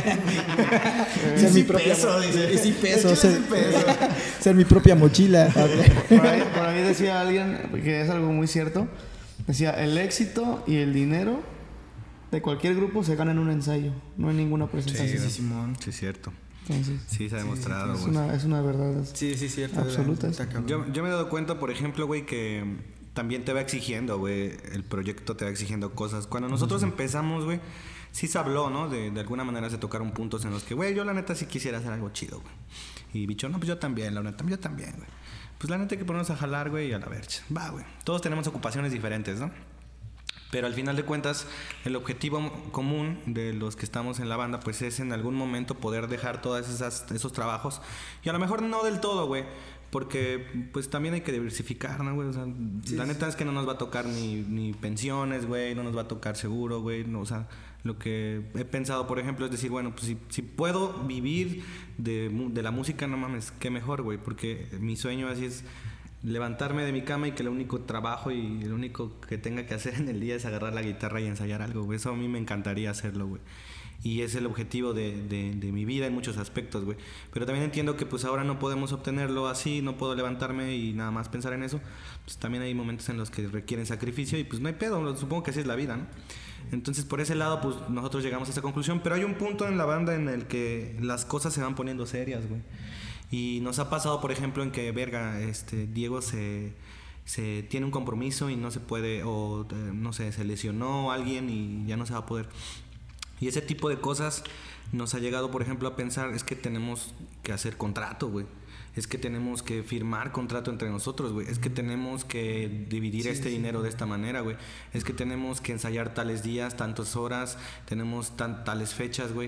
[SPEAKER 4] Ser mi propia
[SPEAKER 1] peso, dice.
[SPEAKER 4] Y sin peso,
[SPEAKER 1] Es que
[SPEAKER 4] ser,
[SPEAKER 1] sin peso.
[SPEAKER 4] ser mi propia mochila.
[SPEAKER 2] Por ahí, por ahí decía alguien, que es algo muy cierto, decía, el éxito y el dinero de cualquier grupo se ganan en un ensayo, no en ninguna presentación.
[SPEAKER 4] Sí, sí, Simón.
[SPEAKER 3] Sí, es cierto.
[SPEAKER 2] Entonces,
[SPEAKER 3] Sí, se ha demostrado,
[SPEAKER 2] es
[SPEAKER 3] güey.
[SPEAKER 2] una, es una verdad.
[SPEAKER 4] Sí, sí, cierto.
[SPEAKER 2] Absoluta.
[SPEAKER 4] Está cabrón.
[SPEAKER 3] Yo, yo me he dado cuenta, por ejemplo, güey, que también te va exigiendo, güey. El proyecto te va exigiendo cosas. Cuando nosotros uh-huh. empezamos, güey, sí se habló, ¿no? De, de alguna manera se tocaron puntos en los que, güey, yo la neta sí quisiera hacer algo chido, güey. Y bicho, no, pues yo también, la neta, yo también, güey. Pues la neta hay que ponernos a jalar, güey, y a la verga. Va, güey. Todos tenemos ocupaciones diferentes, ¿no? Pero al final de cuentas, el objetivo común de los que estamos en la banda, pues es en algún momento poder dejar todos esos trabajos. Y a lo mejor no del todo, güey. Porque pues también hay que diversificar, ¿no, güey? O sea, sí, la neta sí. es que no nos va a tocar ni, ni pensiones, güey. No nos va a tocar seguro, güey. No, o sea, lo que he pensado, por ejemplo, es decir, bueno, pues si, si puedo vivir de, de la música, no mames, qué mejor, güey. Porque mi sueño así es levantarme de mi cama y que el único trabajo y el único que tenga que hacer en el día es agarrar la guitarra y ensayar algo, güey. Eso a mí me encantaría hacerlo, güey. Y es el objetivo de, de, de mi vida en muchos aspectos, güey. Pero también entiendo que pues ahora no podemos obtenerlo así, no puedo levantarme y nada más pensar en eso. Pues también hay momentos en los que requieren sacrificio y pues no hay pedo, supongo que así es la vida, ¿no? Entonces por ese lado pues nosotros llegamos a esa conclusión. Pero hay un punto en la banda en el que las cosas se van poniendo serias, güey. Y nos ha pasado, por ejemplo, en que, verga, este, Diego se, se tiene un compromiso y no se puede, o eh, no sé, se lesionó a alguien y ya no se va a poder. Y ese tipo de cosas nos ha llegado, por ejemplo, a pensar, es que tenemos que hacer contrato, güey. Es que tenemos que firmar contrato entre nosotros, güey. Es que tenemos que dividir sí, este sí. dinero de esta manera, güey. Es que tenemos que ensayar tales días, tantas horas, tenemos tan, tales fechas, güey.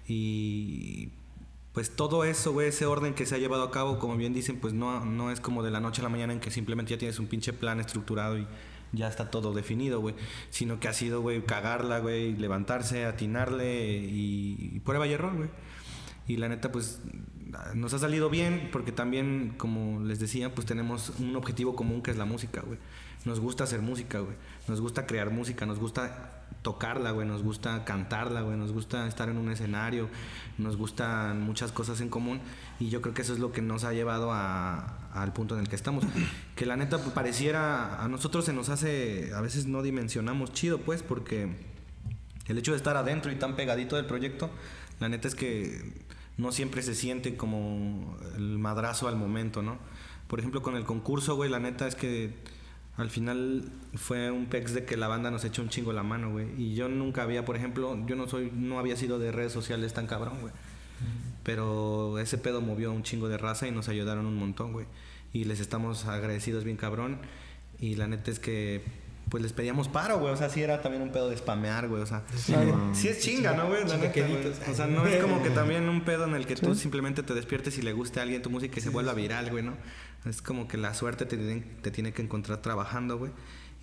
[SPEAKER 3] Y pues todo eso, güey, ese orden que se ha llevado a cabo, como bien dicen, pues no, no es como de la noche a la mañana en que simplemente ya tienes un pinche plan estructurado y ya está todo definido, güey. Sino que ha sido, güey, cagarla, güey, levantarse, atinarle y, y prueba y error, güey. Y la neta, pues, nos ha salido bien porque también, como les decía, pues tenemos un objetivo común que es la música, güey. Nos gusta hacer música, güey. Nos gusta crear música, nos gusta tocarla, güey. Nos gusta cantarla, güey. Nos gusta estar en un escenario. Nos gustan muchas cosas en común. Y yo creo que eso es lo que nos ha llevado a, al punto en el que estamos. Que la neta pareciera... A nosotros se nos hace... A veces no dimensionamos chido, pues, porque el hecho de estar adentro y tan pegadito del proyecto, la neta es que no siempre se siente como el madrazo al momento, ¿no? Por ejemplo, con el concurso, güey, la neta es que al final fue un pex de que la banda nos echó un chingo la mano, güey. Y yo nunca había, por ejemplo, yo no soy, no había sido de redes sociales tan cabrón, güey. Uh-huh. Pero ese pedo movió a un chingo de raza y nos ayudaron un montón, güey. Y les estamos agradecidos bien cabrón. Y la neta es que pues les pedíamos paro, güey. O sea, sí era también un pedo de spamear, güey. O sea,
[SPEAKER 2] Claro.
[SPEAKER 3] sí es chinga, ¿no, güey? La neta, güey. O sea, no es como que también un pedo en el que tú simplemente te despiertes y le guste a alguien tu música y se vuelva viral, güey, ¿no? Es como que la suerte te, te tiene que encontrar trabajando, güey.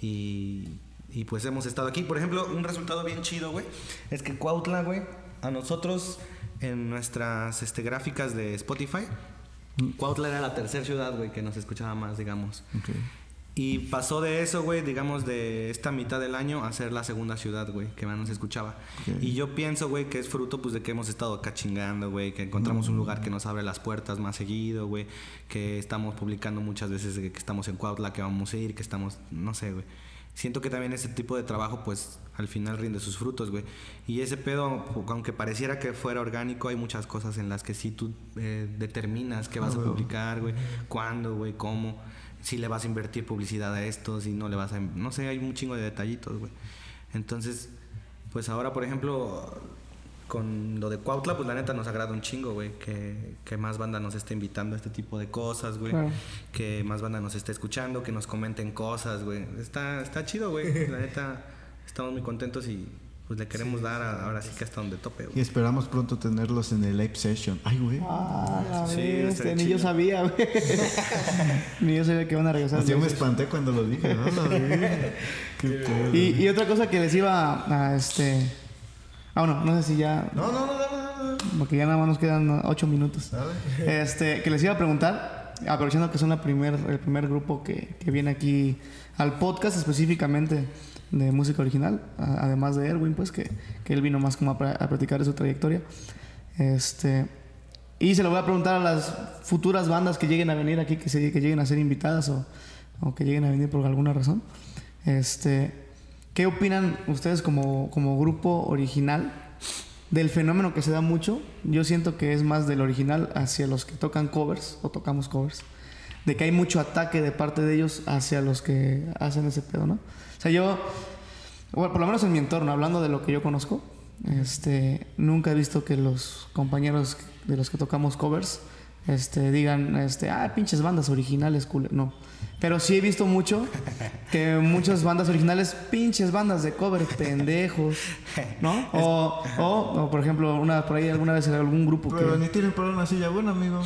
[SPEAKER 3] Y, y pues hemos estado aquí. Por ejemplo, un resultado bien chido, güey, es que Cuautla, güey, a nosotros en nuestras este, gráficas de Spotify, Cuautla era la tercera ciudad, güey, que nos escuchaba más, digamos.
[SPEAKER 1] Okay.
[SPEAKER 3] Y pasó de eso, güey, digamos, de esta mitad del año a ser la segunda ciudad, güey, que más nos escuchaba. Okay. Y yo pienso, güey, que es fruto, pues, de que hemos estado acá chingando, güey, que encontramos mm. un lugar que nos abre las puertas más seguido, güey, que estamos publicando muchas veces que estamos en Cuautla, que vamos a ir, que estamos, no sé, güey. Siento que también ese tipo de trabajo, pues, al final rinde sus frutos, güey. Y ese pedo, aunque pareciera que fuera orgánico, hay muchas cosas en las que sí tú eh, determinas qué vas ah, a publicar, güey, cuándo, güey, cómo, si le vas a invertir publicidad a esto, si no le vas a... No sé, hay un chingo de detallitos, güey. Entonces, pues ahora, por ejemplo, con lo de Cuautla, pues la neta nos agrada un chingo, güey, que, que más banda nos esté invitando a este tipo de cosas, güey. Claro. Que más banda nos esté escuchando, que nos comenten cosas, güey. Está, está chido, güey. La neta, estamos muy contentos y pues le queremos dar a, ahora sí que hasta donde tope, güey.
[SPEAKER 1] Y esperamos pronto tenerlos en el live session. Ay, güey.
[SPEAKER 2] Ah, la
[SPEAKER 3] Sí,
[SPEAKER 2] bestia,
[SPEAKER 3] estaría
[SPEAKER 2] ni
[SPEAKER 3] chido.
[SPEAKER 2] yo sabía, güey. Ni yo sabía que iban a regresar.
[SPEAKER 1] Así yo me espanté cuando lo dije. ¿No? La vi. Qué pedo.
[SPEAKER 2] Y, y otra cosa que les iba a, a este... Ah, bueno, no sé si ya...
[SPEAKER 1] No, no, no, no, no, no.
[SPEAKER 2] Porque ya nada más nos quedan ocho minutos.
[SPEAKER 1] A ver.
[SPEAKER 2] Este, que les iba a preguntar, aprovechando que son la primer, el primer grupo que, que viene aquí al podcast específicamente de música original, a- además de Erwin, pues que, que él vino más como a, pra- a platicar de su trayectoria. Este, y se lo voy a preguntar a las futuras bandas que lleguen a venir aquí, que, se, que lleguen a ser invitadas o, o que lleguen a venir por alguna razón. Este, ¿qué opinan ustedes como, como grupo original del fenómeno que se da mucho? Yo siento que es más del original hacia los que tocan covers o tocamos covers, de que hay mucho ataque de parte de ellos hacia los que hacen ese pedo, ¿no? O sea, yo, bueno, por lo menos en mi entorno, hablando de lo que yo conozco, este, nunca he visto que los compañeros de los que tocamos covers este, digan, este, ah, pinches bandas originales, cool. No. Pero sí he visto mucho que muchas bandas originales, pinches bandas de cover, pendejos, ¿no? O, o, o por ejemplo, una, por ahí alguna vez en algún grupo
[SPEAKER 1] Pero
[SPEAKER 2] que...
[SPEAKER 1] ni tienen para una silla buena, amigo.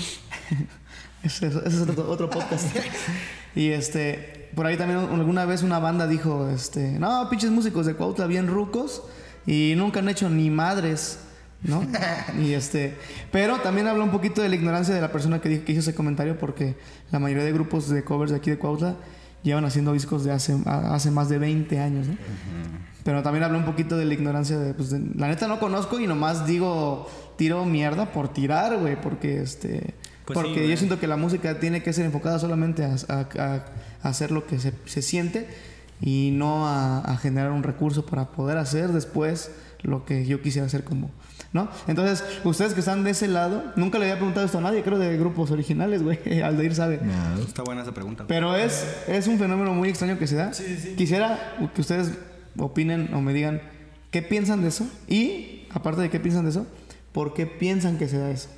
[SPEAKER 2] Ese, ese es otro, otro podcast. Y este, por ahí también alguna vez una banda dijo, este, no, pinches músicos de Cuautla bien rucos y nunca han hecho ni madres, ¿no? Y este, pero también habla un poquito de la ignorancia de la persona que, dijo, que hizo ese comentario, porque la mayoría de grupos de covers de aquí de Cuautla llevan haciendo discos de hace, hace más de veinte años, ¿no? Uh-huh. Pero también habla un poquito de la ignorancia de, pues, de, la neta no conozco y nomás digo, tiro mierda por tirar, güey, porque este... Pues porque sí, yo siento que la música tiene que ser enfocada solamente a, a, a, a hacer lo que se, se siente y no a, a generar un recurso para poder hacer después lo que yo quisiera hacer como, ¿no? Entonces, ustedes que están de ese lado, nunca le había preguntado esto a nadie, creo, de grupos originales, güey. Aldair sabe.
[SPEAKER 3] No, está buena esa pregunta.
[SPEAKER 2] Pero es, es un fenómeno muy extraño que se da.
[SPEAKER 4] Sí, sí.
[SPEAKER 2] Quisiera que ustedes opinen o me digan qué piensan de eso y, aparte de qué piensan de eso, ¿por qué piensan que se da eso?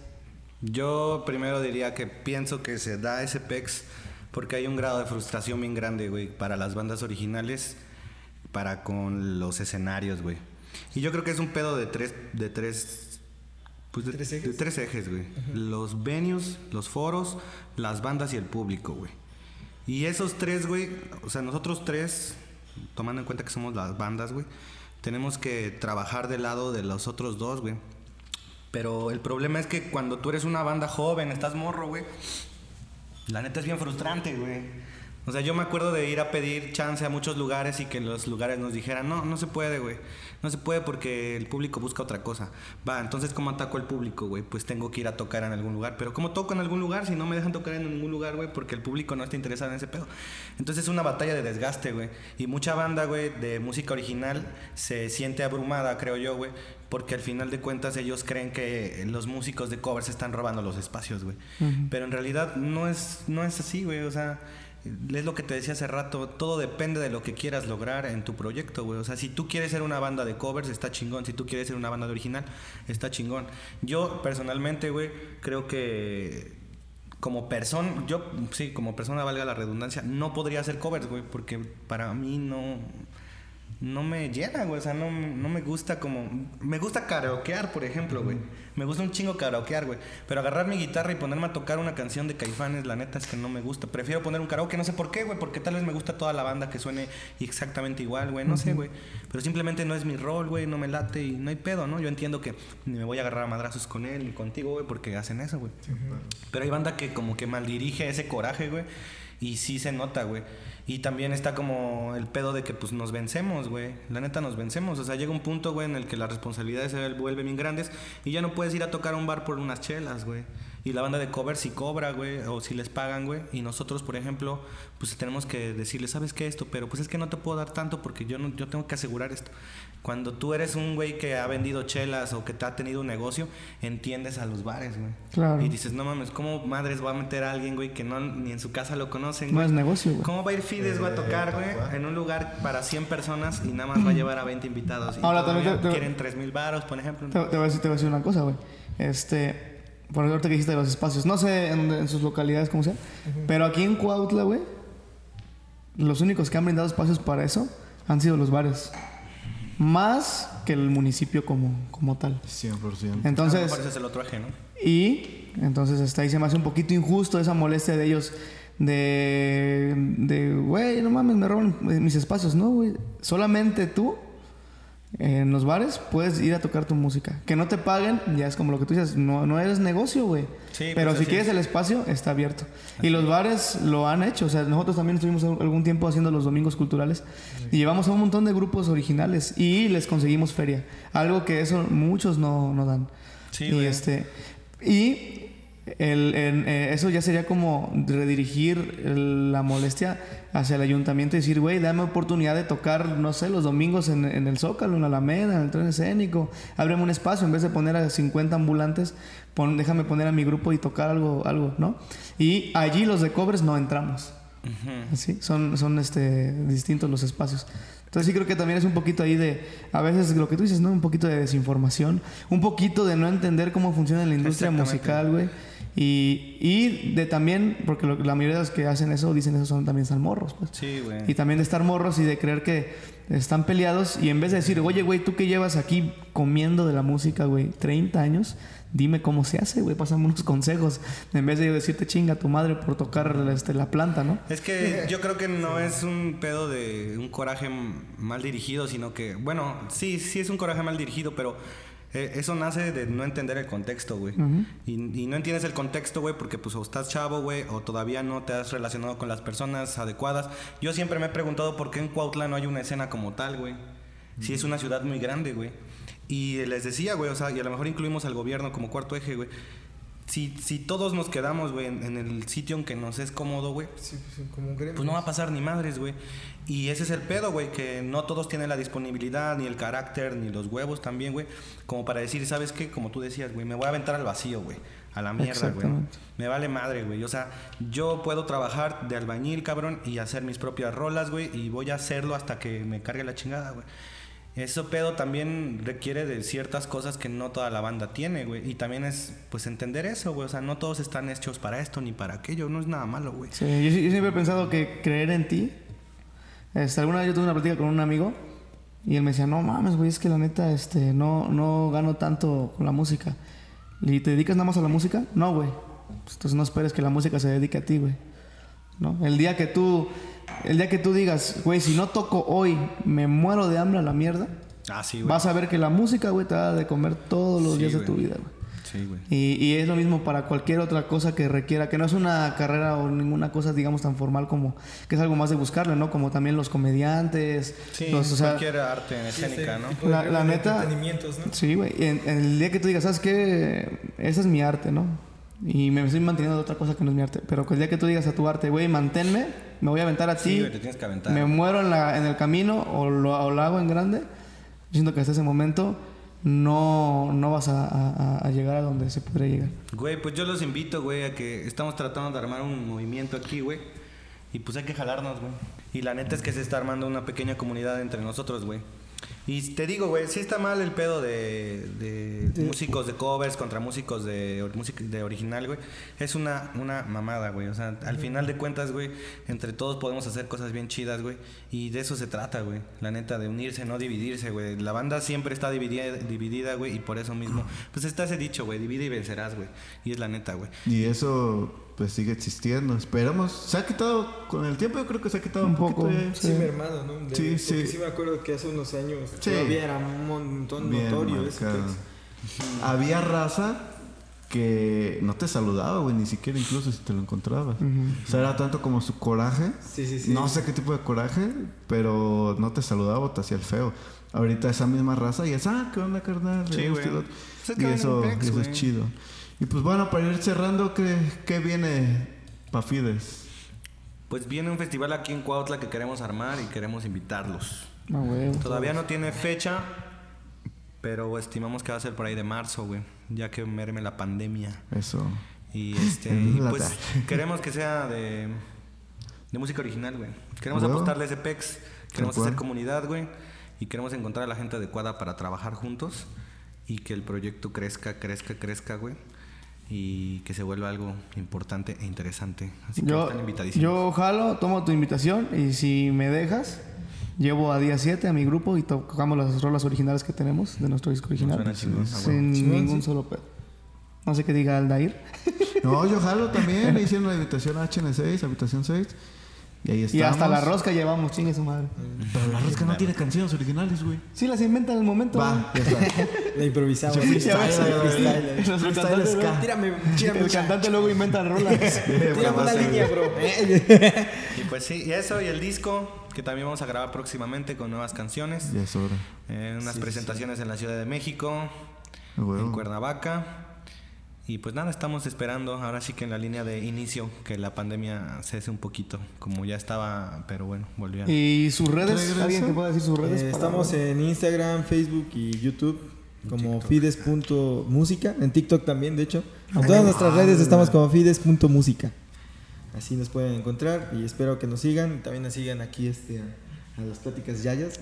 [SPEAKER 3] Yo primero diría que pienso que se da ese pex porque hay un grado de frustración bien grande, güey, para las bandas originales, para con los escenarios, güey. Y yo creo que es un pedo de tres, de tres, pues de
[SPEAKER 4] ¿Tres ejes?
[SPEAKER 3] de tres ejes, güey. Uh-huh. Los venues, los foros, las bandas y el público, güey. Y esos tres, güey, o sea, nosotros tres, tomando en cuenta que somos las bandas, güey, tenemos que trabajar del lado de los otros dos, güey. Pero el problema es que cuando tú eres una banda joven, estás morro, güey, la neta es bien frustrante, güey. O sea, yo me acuerdo de ir a pedir chance a muchos lugares y que los lugares nos dijeran, no, no se puede, güey. No se puede porque el público busca otra cosa. Va, entonces, ¿cómo ataco al público, güey? Pues tengo que ir a tocar en algún lugar. Pero ¿cómo toco en algún lugar si no me dejan tocar en ningún lugar, güey? Porque el público no está interesado en ese pedo. Entonces es una batalla de desgaste, güey. Y mucha banda, güey, de música original se siente abrumada, creo yo, güey. Porque al final de cuentas ellos creen que los músicos de covers están robando los espacios, güey. Uh-huh. Pero en realidad no es, no es así, güey. O sea... es lo que te decía hace rato, todo depende de lo que quieras lograr en tu proyecto, güey. O sea, si tú quieres ser una banda de covers, está chingón. Si tú quieres ser una banda de original, está chingón. Yo, personalmente, güey, creo que como persona, yo, sí, como persona, valga la redundancia, no podría hacer covers, güey, porque para mí no... no me llena, güey, o sea, no, no me gusta como... Me gusta karaokear, por ejemplo, güey. Me gusta un chingo karaokear, güey. Pero agarrar mi guitarra y ponerme a tocar una canción de Caifanes, la neta es que no me gusta. Prefiero poner un karaoke, no sé por qué, güey, porque tal vez me gusta toda la banda que suene exactamente igual, güey, no uh-huh. sé, güey. Pero simplemente no es mi rol, güey, no me late y no hay pedo, ¿no? Yo entiendo que ni me voy a agarrar a madrazos con él ni contigo, güey, porque hacen eso, güey. Uh-huh. Pero hay banda que como que maldirige ese coraje, güey. Y sí se nota, güey. Y también está como el pedo de que pues nos vencemos, güey. La neta nos vencemos. O sea, llega un punto, güey, en el que las responsabilidades se vuelven bien grandes y ya no puedes ir a tocar a un bar por unas chelas, güey. Y la banda de cover sí cobra, güey, o si les pagan, güey. Y nosotros, por ejemplo, pues tenemos que decirles, ¿sabes qué? Esto, pero pues es que no te puedo dar tanto porque yo, no, yo tengo que asegurar esto. Cuando tú eres un güey que ha vendido chelas o que te ha tenido un negocio, entiendes a los bares, güey.
[SPEAKER 2] Claro.
[SPEAKER 3] Y dices, no mames, ¿cómo madres va a meter a alguien, güey, que no ni en su casa lo conocen,
[SPEAKER 2] güey? No es negocio, güey.
[SPEAKER 3] ¿Cómo va a ir Fides, güey, a tocar, güey, en un lugar para cien personas y nada más va a llevar a veinte invitados? Y
[SPEAKER 2] ahora también te, te,
[SPEAKER 3] quieren tres mil baros, por ejemplo.
[SPEAKER 2] Te, te, voy a decir, te voy a decir una cosa, güey. Este... Por ahorita que dijiste de los espacios. No sé en, en sus localidades cómo sea. Uh-huh. Pero aquí en Cuautla, güey, los únicos que han brindado espacios para eso han sido los bares. Más que el municipio como, como tal.
[SPEAKER 1] cien por ciento.
[SPEAKER 2] Entonces,
[SPEAKER 3] Por eso se lo traje, ¿no?
[SPEAKER 2] y entonces hasta ahí se me hace un poquito injusto esa molestia de ellos de, de, güey, no mames, me roban mis espacios. No, güey, solamente tú en los bares puedes ir a tocar tu música. Que no te paguen, ya es como lo que tú dices, no, no eres negocio, güey.
[SPEAKER 3] Sí,
[SPEAKER 2] pero
[SPEAKER 3] pues
[SPEAKER 2] si
[SPEAKER 3] así
[SPEAKER 2] quieres
[SPEAKER 3] es.
[SPEAKER 2] el espacio, está abierto. Y los bares lo han hecho. O sea, nosotros también estuvimos algún tiempo haciendo los domingos culturales y llevamos a un montón de grupos originales y les conseguimos feria. Algo que eso muchos no, no dan.
[SPEAKER 3] Sí,
[SPEAKER 2] y
[SPEAKER 3] güey.
[SPEAKER 2] este y el, el, eh, eso ya sería como redirigir el- la molestia hacia el ayuntamiento y decir, güey, dame oportunidad de tocar, no sé, los domingos en, en el Zócalo, en la Alameda, en el tren escénico. Ábreme un espacio en vez de poner a cincuenta ambulantes, pon, déjame poner a mi grupo y tocar algo, algo, ¿no? Y allí los de cobres no entramos. ¿Sí? Son, son este, distintos los espacios. Entonces sí creo que también es un poquito ahí de, a veces lo que tú dices, ¿no? Un poquito de desinformación, un poquito de no entender cómo funciona la industria
[SPEAKER 3] Exactamente.
[SPEAKER 2] musical, güey. Y, y de también, porque lo- la mayoría de los que hacen eso, dicen eso, son también están morros, pues.
[SPEAKER 3] Sí, güey.
[SPEAKER 2] Y también de estar morros y de creer que están peleados y en vez de decir, oye, güey, tú que llevas aquí comiendo de la música, güey, treinta años, dime cómo se hace, güey, pásame unos consejos. En vez de yo decirte chinga a tu madre por tocar este, la planta, ¿no?
[SPEAKER 3] Es que yo creo que no es un pedo de un coraje m- mal dirigido, sino que, bueno, sí, sí es un coraje mal dirigido, pero eh, eso nace de no entender el contexto, güey. y, y no entiendes el contexto, güey, porque pues o estás chavo, güey, o todavía no te has relacionado con las personas adecuadas. Yo siempre me he preguntado por qué en Cuautla no hay una escena como tal, güey. Si es una ciudad muy grande, güey. Y les decía, güey, o sea, y a lo mejor incluimos al gobierno como cuarto eje, güey. Si, si todos nos quedamos, güey, en, en el sitio en que nos es cómodo, güey,
[SPEAKER 4] Sí, pues, como un gremio.
[SPEAKER 3] pues no va a pasar ni madres, güey. Y ese es el pedo, güey, que no todos tienen la disponibilidad, ni el carácter, ni los huevos también, güey, como para decir, ¿sabes qué? Como tú decías, güey, me voy a aventar al vacío, güey, a la mierda, güey. ¿no?
[SPEAKER 2] Exactamente.
[SPEAKER 3] Me vale madre, güey. O sea, yo puedo trabajar de albañil, cabrón, y hacer mis propias rolas, güey, y voy a hacerlo hasta que me cargue la chingada, güey. Eso pedo también requiere de ciertas cosas que no toda la banda tiene, güey. Y también es, pues, entender eso, güey. O sea, no todos están hechos para esto ni para aquello. No es nada malo, güey.
[SPEAKER 2] Sí, yo, yo siempre he pensado que creer en ti. Este, alguna vez yo tuve una plática con un amigo y él me decía, no mames, güey, es que la neta este, no, no gano tanto con la música. ¿Y te dedicas nada más a la música? No, güey. Pues, entonces no esperes que la música se dedique a ti, güey. ¿No? El día que tú, el día que tú digas, güey, si no toco hoy, me muero de hambre a la mierda,
[SPEAKER 3] Ah, sí, güey.
[SPEAKER 2] vas a ver que la música, güey, te va a dar de comer todos los
[SPEAKER 3] Sí,
[SPEAKER 2] días de
[SPEAKER 3] güey.
[SPEAKER 2] tu vida, güey.
[SPEAKER 3] Sí, güey.
[SPEAKER 2] Y, y es lo mismo para cualquier otra cosa que requiera, que no es una carrera o ninguna cosa, digamos, tan formal como que es algo más de buscarle, ¿no? Como también los comediantes.
[SPEAKER 3] Sí,
[SPEAKER 2] los, o sea,
[SPEAKER 3] cualquier arte
[SPEAKER 4] Sí,
[SPEAKER 3] escénica,
[SPEAKER 4] ese
[SPEAKER 3] ¿no?
[SPEAKER 4] tipo de
[SPEAKER 2] La- la
[SPEAKER 4] gremios de
[SPEAKER 2] neta-
[SPEAKER 4] entretenimientos, ¿no?
[SPEAKER 2] Sí, güey. En, en el día que tú digas, ¿sabes qué? Ese es mi arte, ¿no? Y me estoy manteniendo de otra cosa que no es mi arte. Pero el día que tú digas a tu arte, güey, manténme, me voy a aventar a ti.
[SPEAKER 3] Sí, güey, te tienes que aventar.
[SPEAKER 2] Me muero en, la, en el camino o lo, o lo hago en grande. Yo siento que hasta ese momento no, no vas a, a- a llegar a donde se podría llegar.
[SPEAKER 3] Güey, pues yo los invito, güey, a que estamos tratando de armar un movimiento aquí, güey. Y pues hay que jalarnos, güey. Y la neta es que se está armando una pequeña comunidad entre nosotros, güey. Y te digo, güey, sí está mal el pedo de, de músicos de covers contra músicos de, música de original, güey. Es una, una mamada, güey. O sea, al final de cuentas, güey, entre todos podemos hacer cosas bien chidas, güey. Y de eso se trata, güey. La neta, de unirse, no dividirse, güey. La banda siempre está dividida, dividida, güey. Y por eso mismo, pues está ese dicho, güey. Divide y vencerás, güey. Y es la neta, güey.
[SPEAKER 1] Y eso pues sigue existiendo. Esperamos. Se ha quitado con el tiempo, yo creo que se ha quitado un,
[SPEAKER 2] Un poco,
[SPEAKER 1] poquito. ya.
[SPEAKER 4] Sí, mi hermano, ¿no? De-
[SPEAKER 1] Sí,
[SPEAKER 4] porque
[SPEAKER 1] sí.
[SPEAKER 4] sí me acuerdo que hace unos años
[SPEAKER 1] Sí.
[SPEAKER 4] todavía era un montón
[SPEAKER 1] Bien
[SPEAKER 4] notorio ese
[SPEAKER 1] marcado.
[SPEAKER 4] pex.
[SPEAKER 1] Había raza que no te saludaba, güey, ni siquiera incluso si te lo encontrabas. O sea, era tanto como su coraje.
[SPEAKER 4] Sí, sí, sí.
[SPEAKER 1] No sé qué tipo de coraje, pero no te saludaba o te hacía el feo. Ahorita esa misma raza y es, ah, ¿qué onda, carnal?
[SPEAKER 3] Sí,
[SPEAKER 1] Esto y
[SPEAKER 3] güey.
[SPEAKER 1] lo otro.
[SPEAKER 3] Pues es que
[SPEAKER 1] Y
[SPEAKER 3] van en
[SPEAKER 1] eso,
[SPEAKER 3] un pex,
[SPEAKER 1] eso es
[SPEAKER 3] güey.
[SPEAKER 1] chido. Y pues bueno, para ir cerrando, ¿qué, qué viene pa' Fides?
[SPEAKER 3] Pues viene un festival aquí en Cuautla que queremos armar y queremos invitarlos.
[SPEAKER 2] Ah, güey.
[SPEAKER 3] Todavía no tiene fecha, pero estimamos que va a ser por ahí de marzo, güey, ya que merme la pandemia.
[SPEAKER 1] Eso.
[SPEAKER 3] Y este,
[SPEAKER 1] En
[SPEAKER 3] y
[SPEAKER 1] lata.
[SPEAKER 3] pues queremos que sea de, de música original, güey. Queremos
[SPEAKER 1] Bueno.
[SPEAKER 3] apostarle a ese pex, queremos
[SPEAKER 1] Tal cual.
[SPEAKER 3] hacer comunidad, güey, y queremos encontrar a la gente adecuada para trabajar juntos y que el proyecto crezca, crezca, crezca, güey. Y que se vuelva algo importante e interesante. Así que
[SPEAKER 2] Yo,
[SPEAKER 3] están invitadísimos.
[SPEAKER 2] yo jalo, tomo tu invitación y si me dejas, llevo a día siete a mi grupo y tocamos las rolas originales que tenemos de nuestro disco original.
[SPEAKER 3] Suena chingón,
[SPEAKER 2] Sin
[SPEAKER 4] chingón,
[SPEAKER 2] ningún
[SPEAKER 4] sí.
[SPEAKER 2] solo pedo. No sé qué diga Aldair.
[SPEAKER 1] No, yo jalo también. Le hicieron la invitación a H N seis, habitación seis. Y ahí estamos.
[SPEAKER 2] Y hasta la rosca llevamos, chingue su madre.
[SPEAKER 1] Pero la rosca no tiene canciones originales, güey.
[SPEAKER 2] Sí, las inventan en el momento.
[SPEAKER 1] Va, ya está.
[SPEAKER 4] La improvisamos.
[SPEAKER 1] Sí, freestyle,
[SPEAKER 2] Ya ves,
[SPEAKER 1] la- la-
[SPEAKER 2] freestyle.
[SPEAKER 1] la-
[SPEAKER 2] Nuestro
[SPEAKER 1] freestyle
[SPEAKER 2] cantante,
[SPEAKER 1] ska.
[SPEAKER 4] Tírame,
[SPEAKER 2] El
[SPEAKER 4] tírame,
[SPEAKER 2] cantante luego inventa rolas.
[SPEAKER 4] tírame una línea, bro.
[SPEAKER 3] Y pues sí, y eso y el disco que también vamos a grabar próximamente con nuevas canciones.
[SPEAKER 1] Ya es hora.
[SPEAKER 3] Eh, unas
[SPEAKER 4] Sí,
[SPEAKER 3] presentaciones en la Ciudad de México,
[SPEAKER 1] Ah, huevo.
[SPEAKER 3] en Cuernavaca. Y pues nada, estamos esperando, ahora sí que en la línea de inicio, que la pandemia cese un poquito, como ya estaba, pero bueno, volvió a...
[SPEAKER 2] ¿Y sus redes?
[SPEAKER 1] ¿Regresa?
[SPEAKER 2] ¿Alguien que pueda decir sus redes?
[SPEAKER 4] Eh,
[SPEAKER 2] para-
[SPEAKER 4] estamos en Instagram, Facebook y YouTube como fides punto música, en TikTok también, de hecho. En todas nuestras redes estamos como fides punto música. Así nos pueden encontrar y espero que nos sigan. También nos sigan aquí este, a, a las pláticas yayas.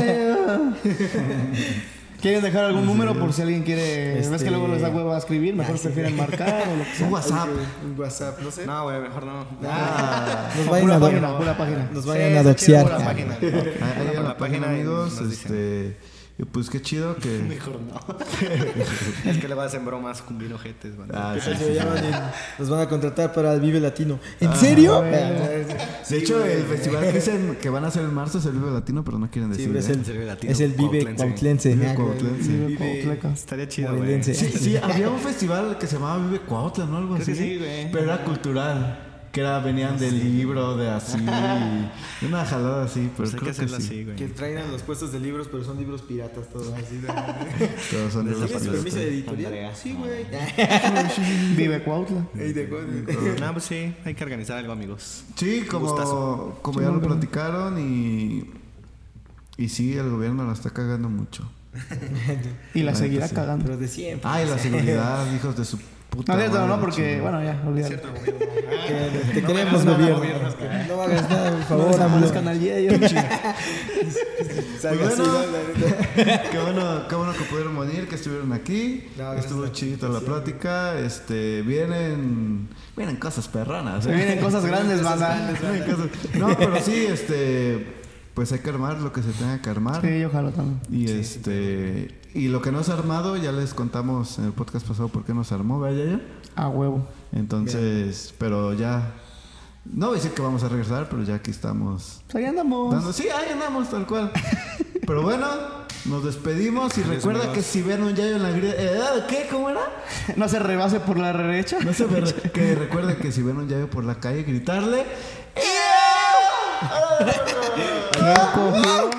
[SPEAKER 2] ¿Quieren dejar algún número por si alguien quiere? ¿Ves
[SPEAKER 4] Este-
[SPEAKER 2] que luego les da hueva a escribir? Mejor
[SPEAKER 4] Ah, sí.
[SPEAKER 2] prefieren marcar o lo que sea.
[SPEAKER 1] Un WhatsApp.
[SPEAKER 4] Un WhatsApp, no sé.
[SPEAKER 3] No, güey, mejor no.
[SPEAKER 1] Ah,
[SPEAKER 4] Nos
[SPEAKER 2] Pura
[SPEAKER 4] vayan a
[SPEAKER 2] página,
[SPEAKER 4] do-
[SPEAKER 2] pura página.
[SPEAKER 4] Nos
[SPEAKER 3] Sí,
[SPEAKER 4] vayan a
[SPEAKER 3] está chido
[SPEAKER 4] doxear.
[SPEAKER 3] por la página.
[SPEAKER 1] ahí ahí en
[SPEAKER 3] Por
[SPEAKER 1] la,
[SPEAKER 3] la
[SPEAKER 1] página,
[SPEAKER 3] página
[SPEAKER 1] amigos.
[SPEAKER 3] nos dicen.
[SPEAKER 1] Este, y pues qué chido que.
[SPEAKER 3] Mejor no. Es que le vas a hacer bromas con vino jetes, man.
[SPEAKER 1] Ah, sí,
[SPEAKER 4] Se
[SPEAKER 1] sí.
[SPEAKER 4] llaman y nos van a contratar para el Vive Latino. ¿En serio?
[SPEAKER 1] De hecho, el festival que, dicen que van a hacer en marzo es el Vive Latino, pero no quieren
[SPEAKER 4] Sí,
[SPEAKER 1] decir.
[SPEAKER 4] pero es
[SPEAKER 1] ¿eh?
[SPEAKER 4] el,
[SPEAKER 3] Es el Vive Latino
[SPEAKER 4] es el Vive
[SPEAKER 3] Cuautlense.
[SPEAKER 4] Cuautlense.
[SPEAKER 1] Vive
[SPEAKER 4] Ah,
[SPEAKER 1] Cuautlense.
[SPEAKER 2] Vive
[SPEAKER 4] Vive-
[SPEAKER 2] Cuautleca.
[SPEAKER 3] Estaría chido, güey.
[SPEAKER 4] Morelense.
[SPEAKER 1] Sí, sí, había un festival que se llamaba Vive Cuautla, ¿no? Algo
[SPEAKER 3] Creo
[SPEAKER 1] así.
[SPEAKER 3] que sí, güey.
[SPEAKER 1] Pero era cultural. Que era, venían del libro, de así. y una jalada así, pero
[SPEAKER 3] Pues hay que
[SPEAKER 1] creo que,
[SPEAKER 3] hacerlo
[SPEAKER 1] sí.
[SPEAKER 3] así, güey.
[SPEAKER 4] Que traigan los puestos de libros, pero son libros piratas todos así.
[SPEAKER 1] Todos son libros
[SPEAKER 4] ¿Tienes
[SPEAKER 1] piratas.
[SPEAKER 4] permiso de editorial?
[SPEAKER 3] Andrea.
[SPEAKER 4] Sí, güey.
[SPEAKER 2] Vive Cuautla.
[SPEAKER 4] Ey, de acuerdo.
[SPEAKER 3] No, pues sí, hay que organizar algo, amigos.
[SPEAKER 1] Sí, como,
[SPEAKER 3] Gustazo.
[SPEAKER 1] como ya lo platicaron y. Y sí, el gobierno la está cagando mucho.
[SPEAKER 2] Y la
[SPEAKER 1] La
[SPEAKER 2] seguirá
[SPEAKER 1] neta, sí.
[SPEAKER 2] cagando.
[SPEAKER 4] Pero de siempre.
[SPEAKER 1] Ah, y la seguridad, hijos de su puta.
[SPEAKER 2] No, cierto,
[SPEAKER 1] madre,
[SPEAKER 2] no, porque,
[SPEAKER 1] chingada.
[SPEAKER 2] bueno, ya, olvídalo.
[SPEAKER 4] Que te queremos, gobierno. No hagas nada, por favor,
[SPEAKER 2] No
[SPEAKER 4] AMLO.
[SPEAKER 2] les canal Y, yo,
[SPEAKER 4] Salga
[SPEAKER 1] Pues
[SPEAKER 4] así,
[SPEAKER 1] bueno.
[SPEAKER 4] ¿no? La neta.
[SPEAKER 1] Qué bueno, qué bueno que pudieron venir, que estuvieron aquí.
[SPEAKER 4] No, gracias
[SPEAKER 1] Estuvo
[SPEAKER 4] a la
[SPEAKER 1] chidita la
[SPEAKER 4] invitación.
[SPEAKER 1] plática. Este, vienen, vienen cosas perranas.
[SPEAKER 2] Se
[SPEAKER 1] ¿eh?
[SPEAKER 2] vienen cosas grandes, banda.
[SPEAKER 1] Vienen cosas- No, pero sí, este, pues hay que armar lo que se tenga que armar.
[SPEAKER 2] Sí, yo jalo también.
[SPEAKER 1] Y este, y lo que no se ha armado, ya les contamos en el podcast pasado por qué no se armó, ¿verdad, ya?
[SPEAKER 2] A huevo.
[SPEAKER 1] Entonces, pero ya, no voy a decir que vamos a regresar, pero ya aquí estamos.
[SPEAKER 2] Pues ahí andamos.
[SPEAKER 1] Dando, sí, ahí andamos tal cual. Pero bueno, nos despedimos y recuerda
[SPEAKER 3] amigos.
[SPEAKER 1] que si ven un yayo en la grilla, eh, ¿qué? ¿Cómo era?
[SPEAKER 2] No se rebase por la derecha.
[SPEAKER 1] No se ve, que recuerde que si ven un yayo por la calle, gritarle.
[SPEAKER 2] Ayer cogió.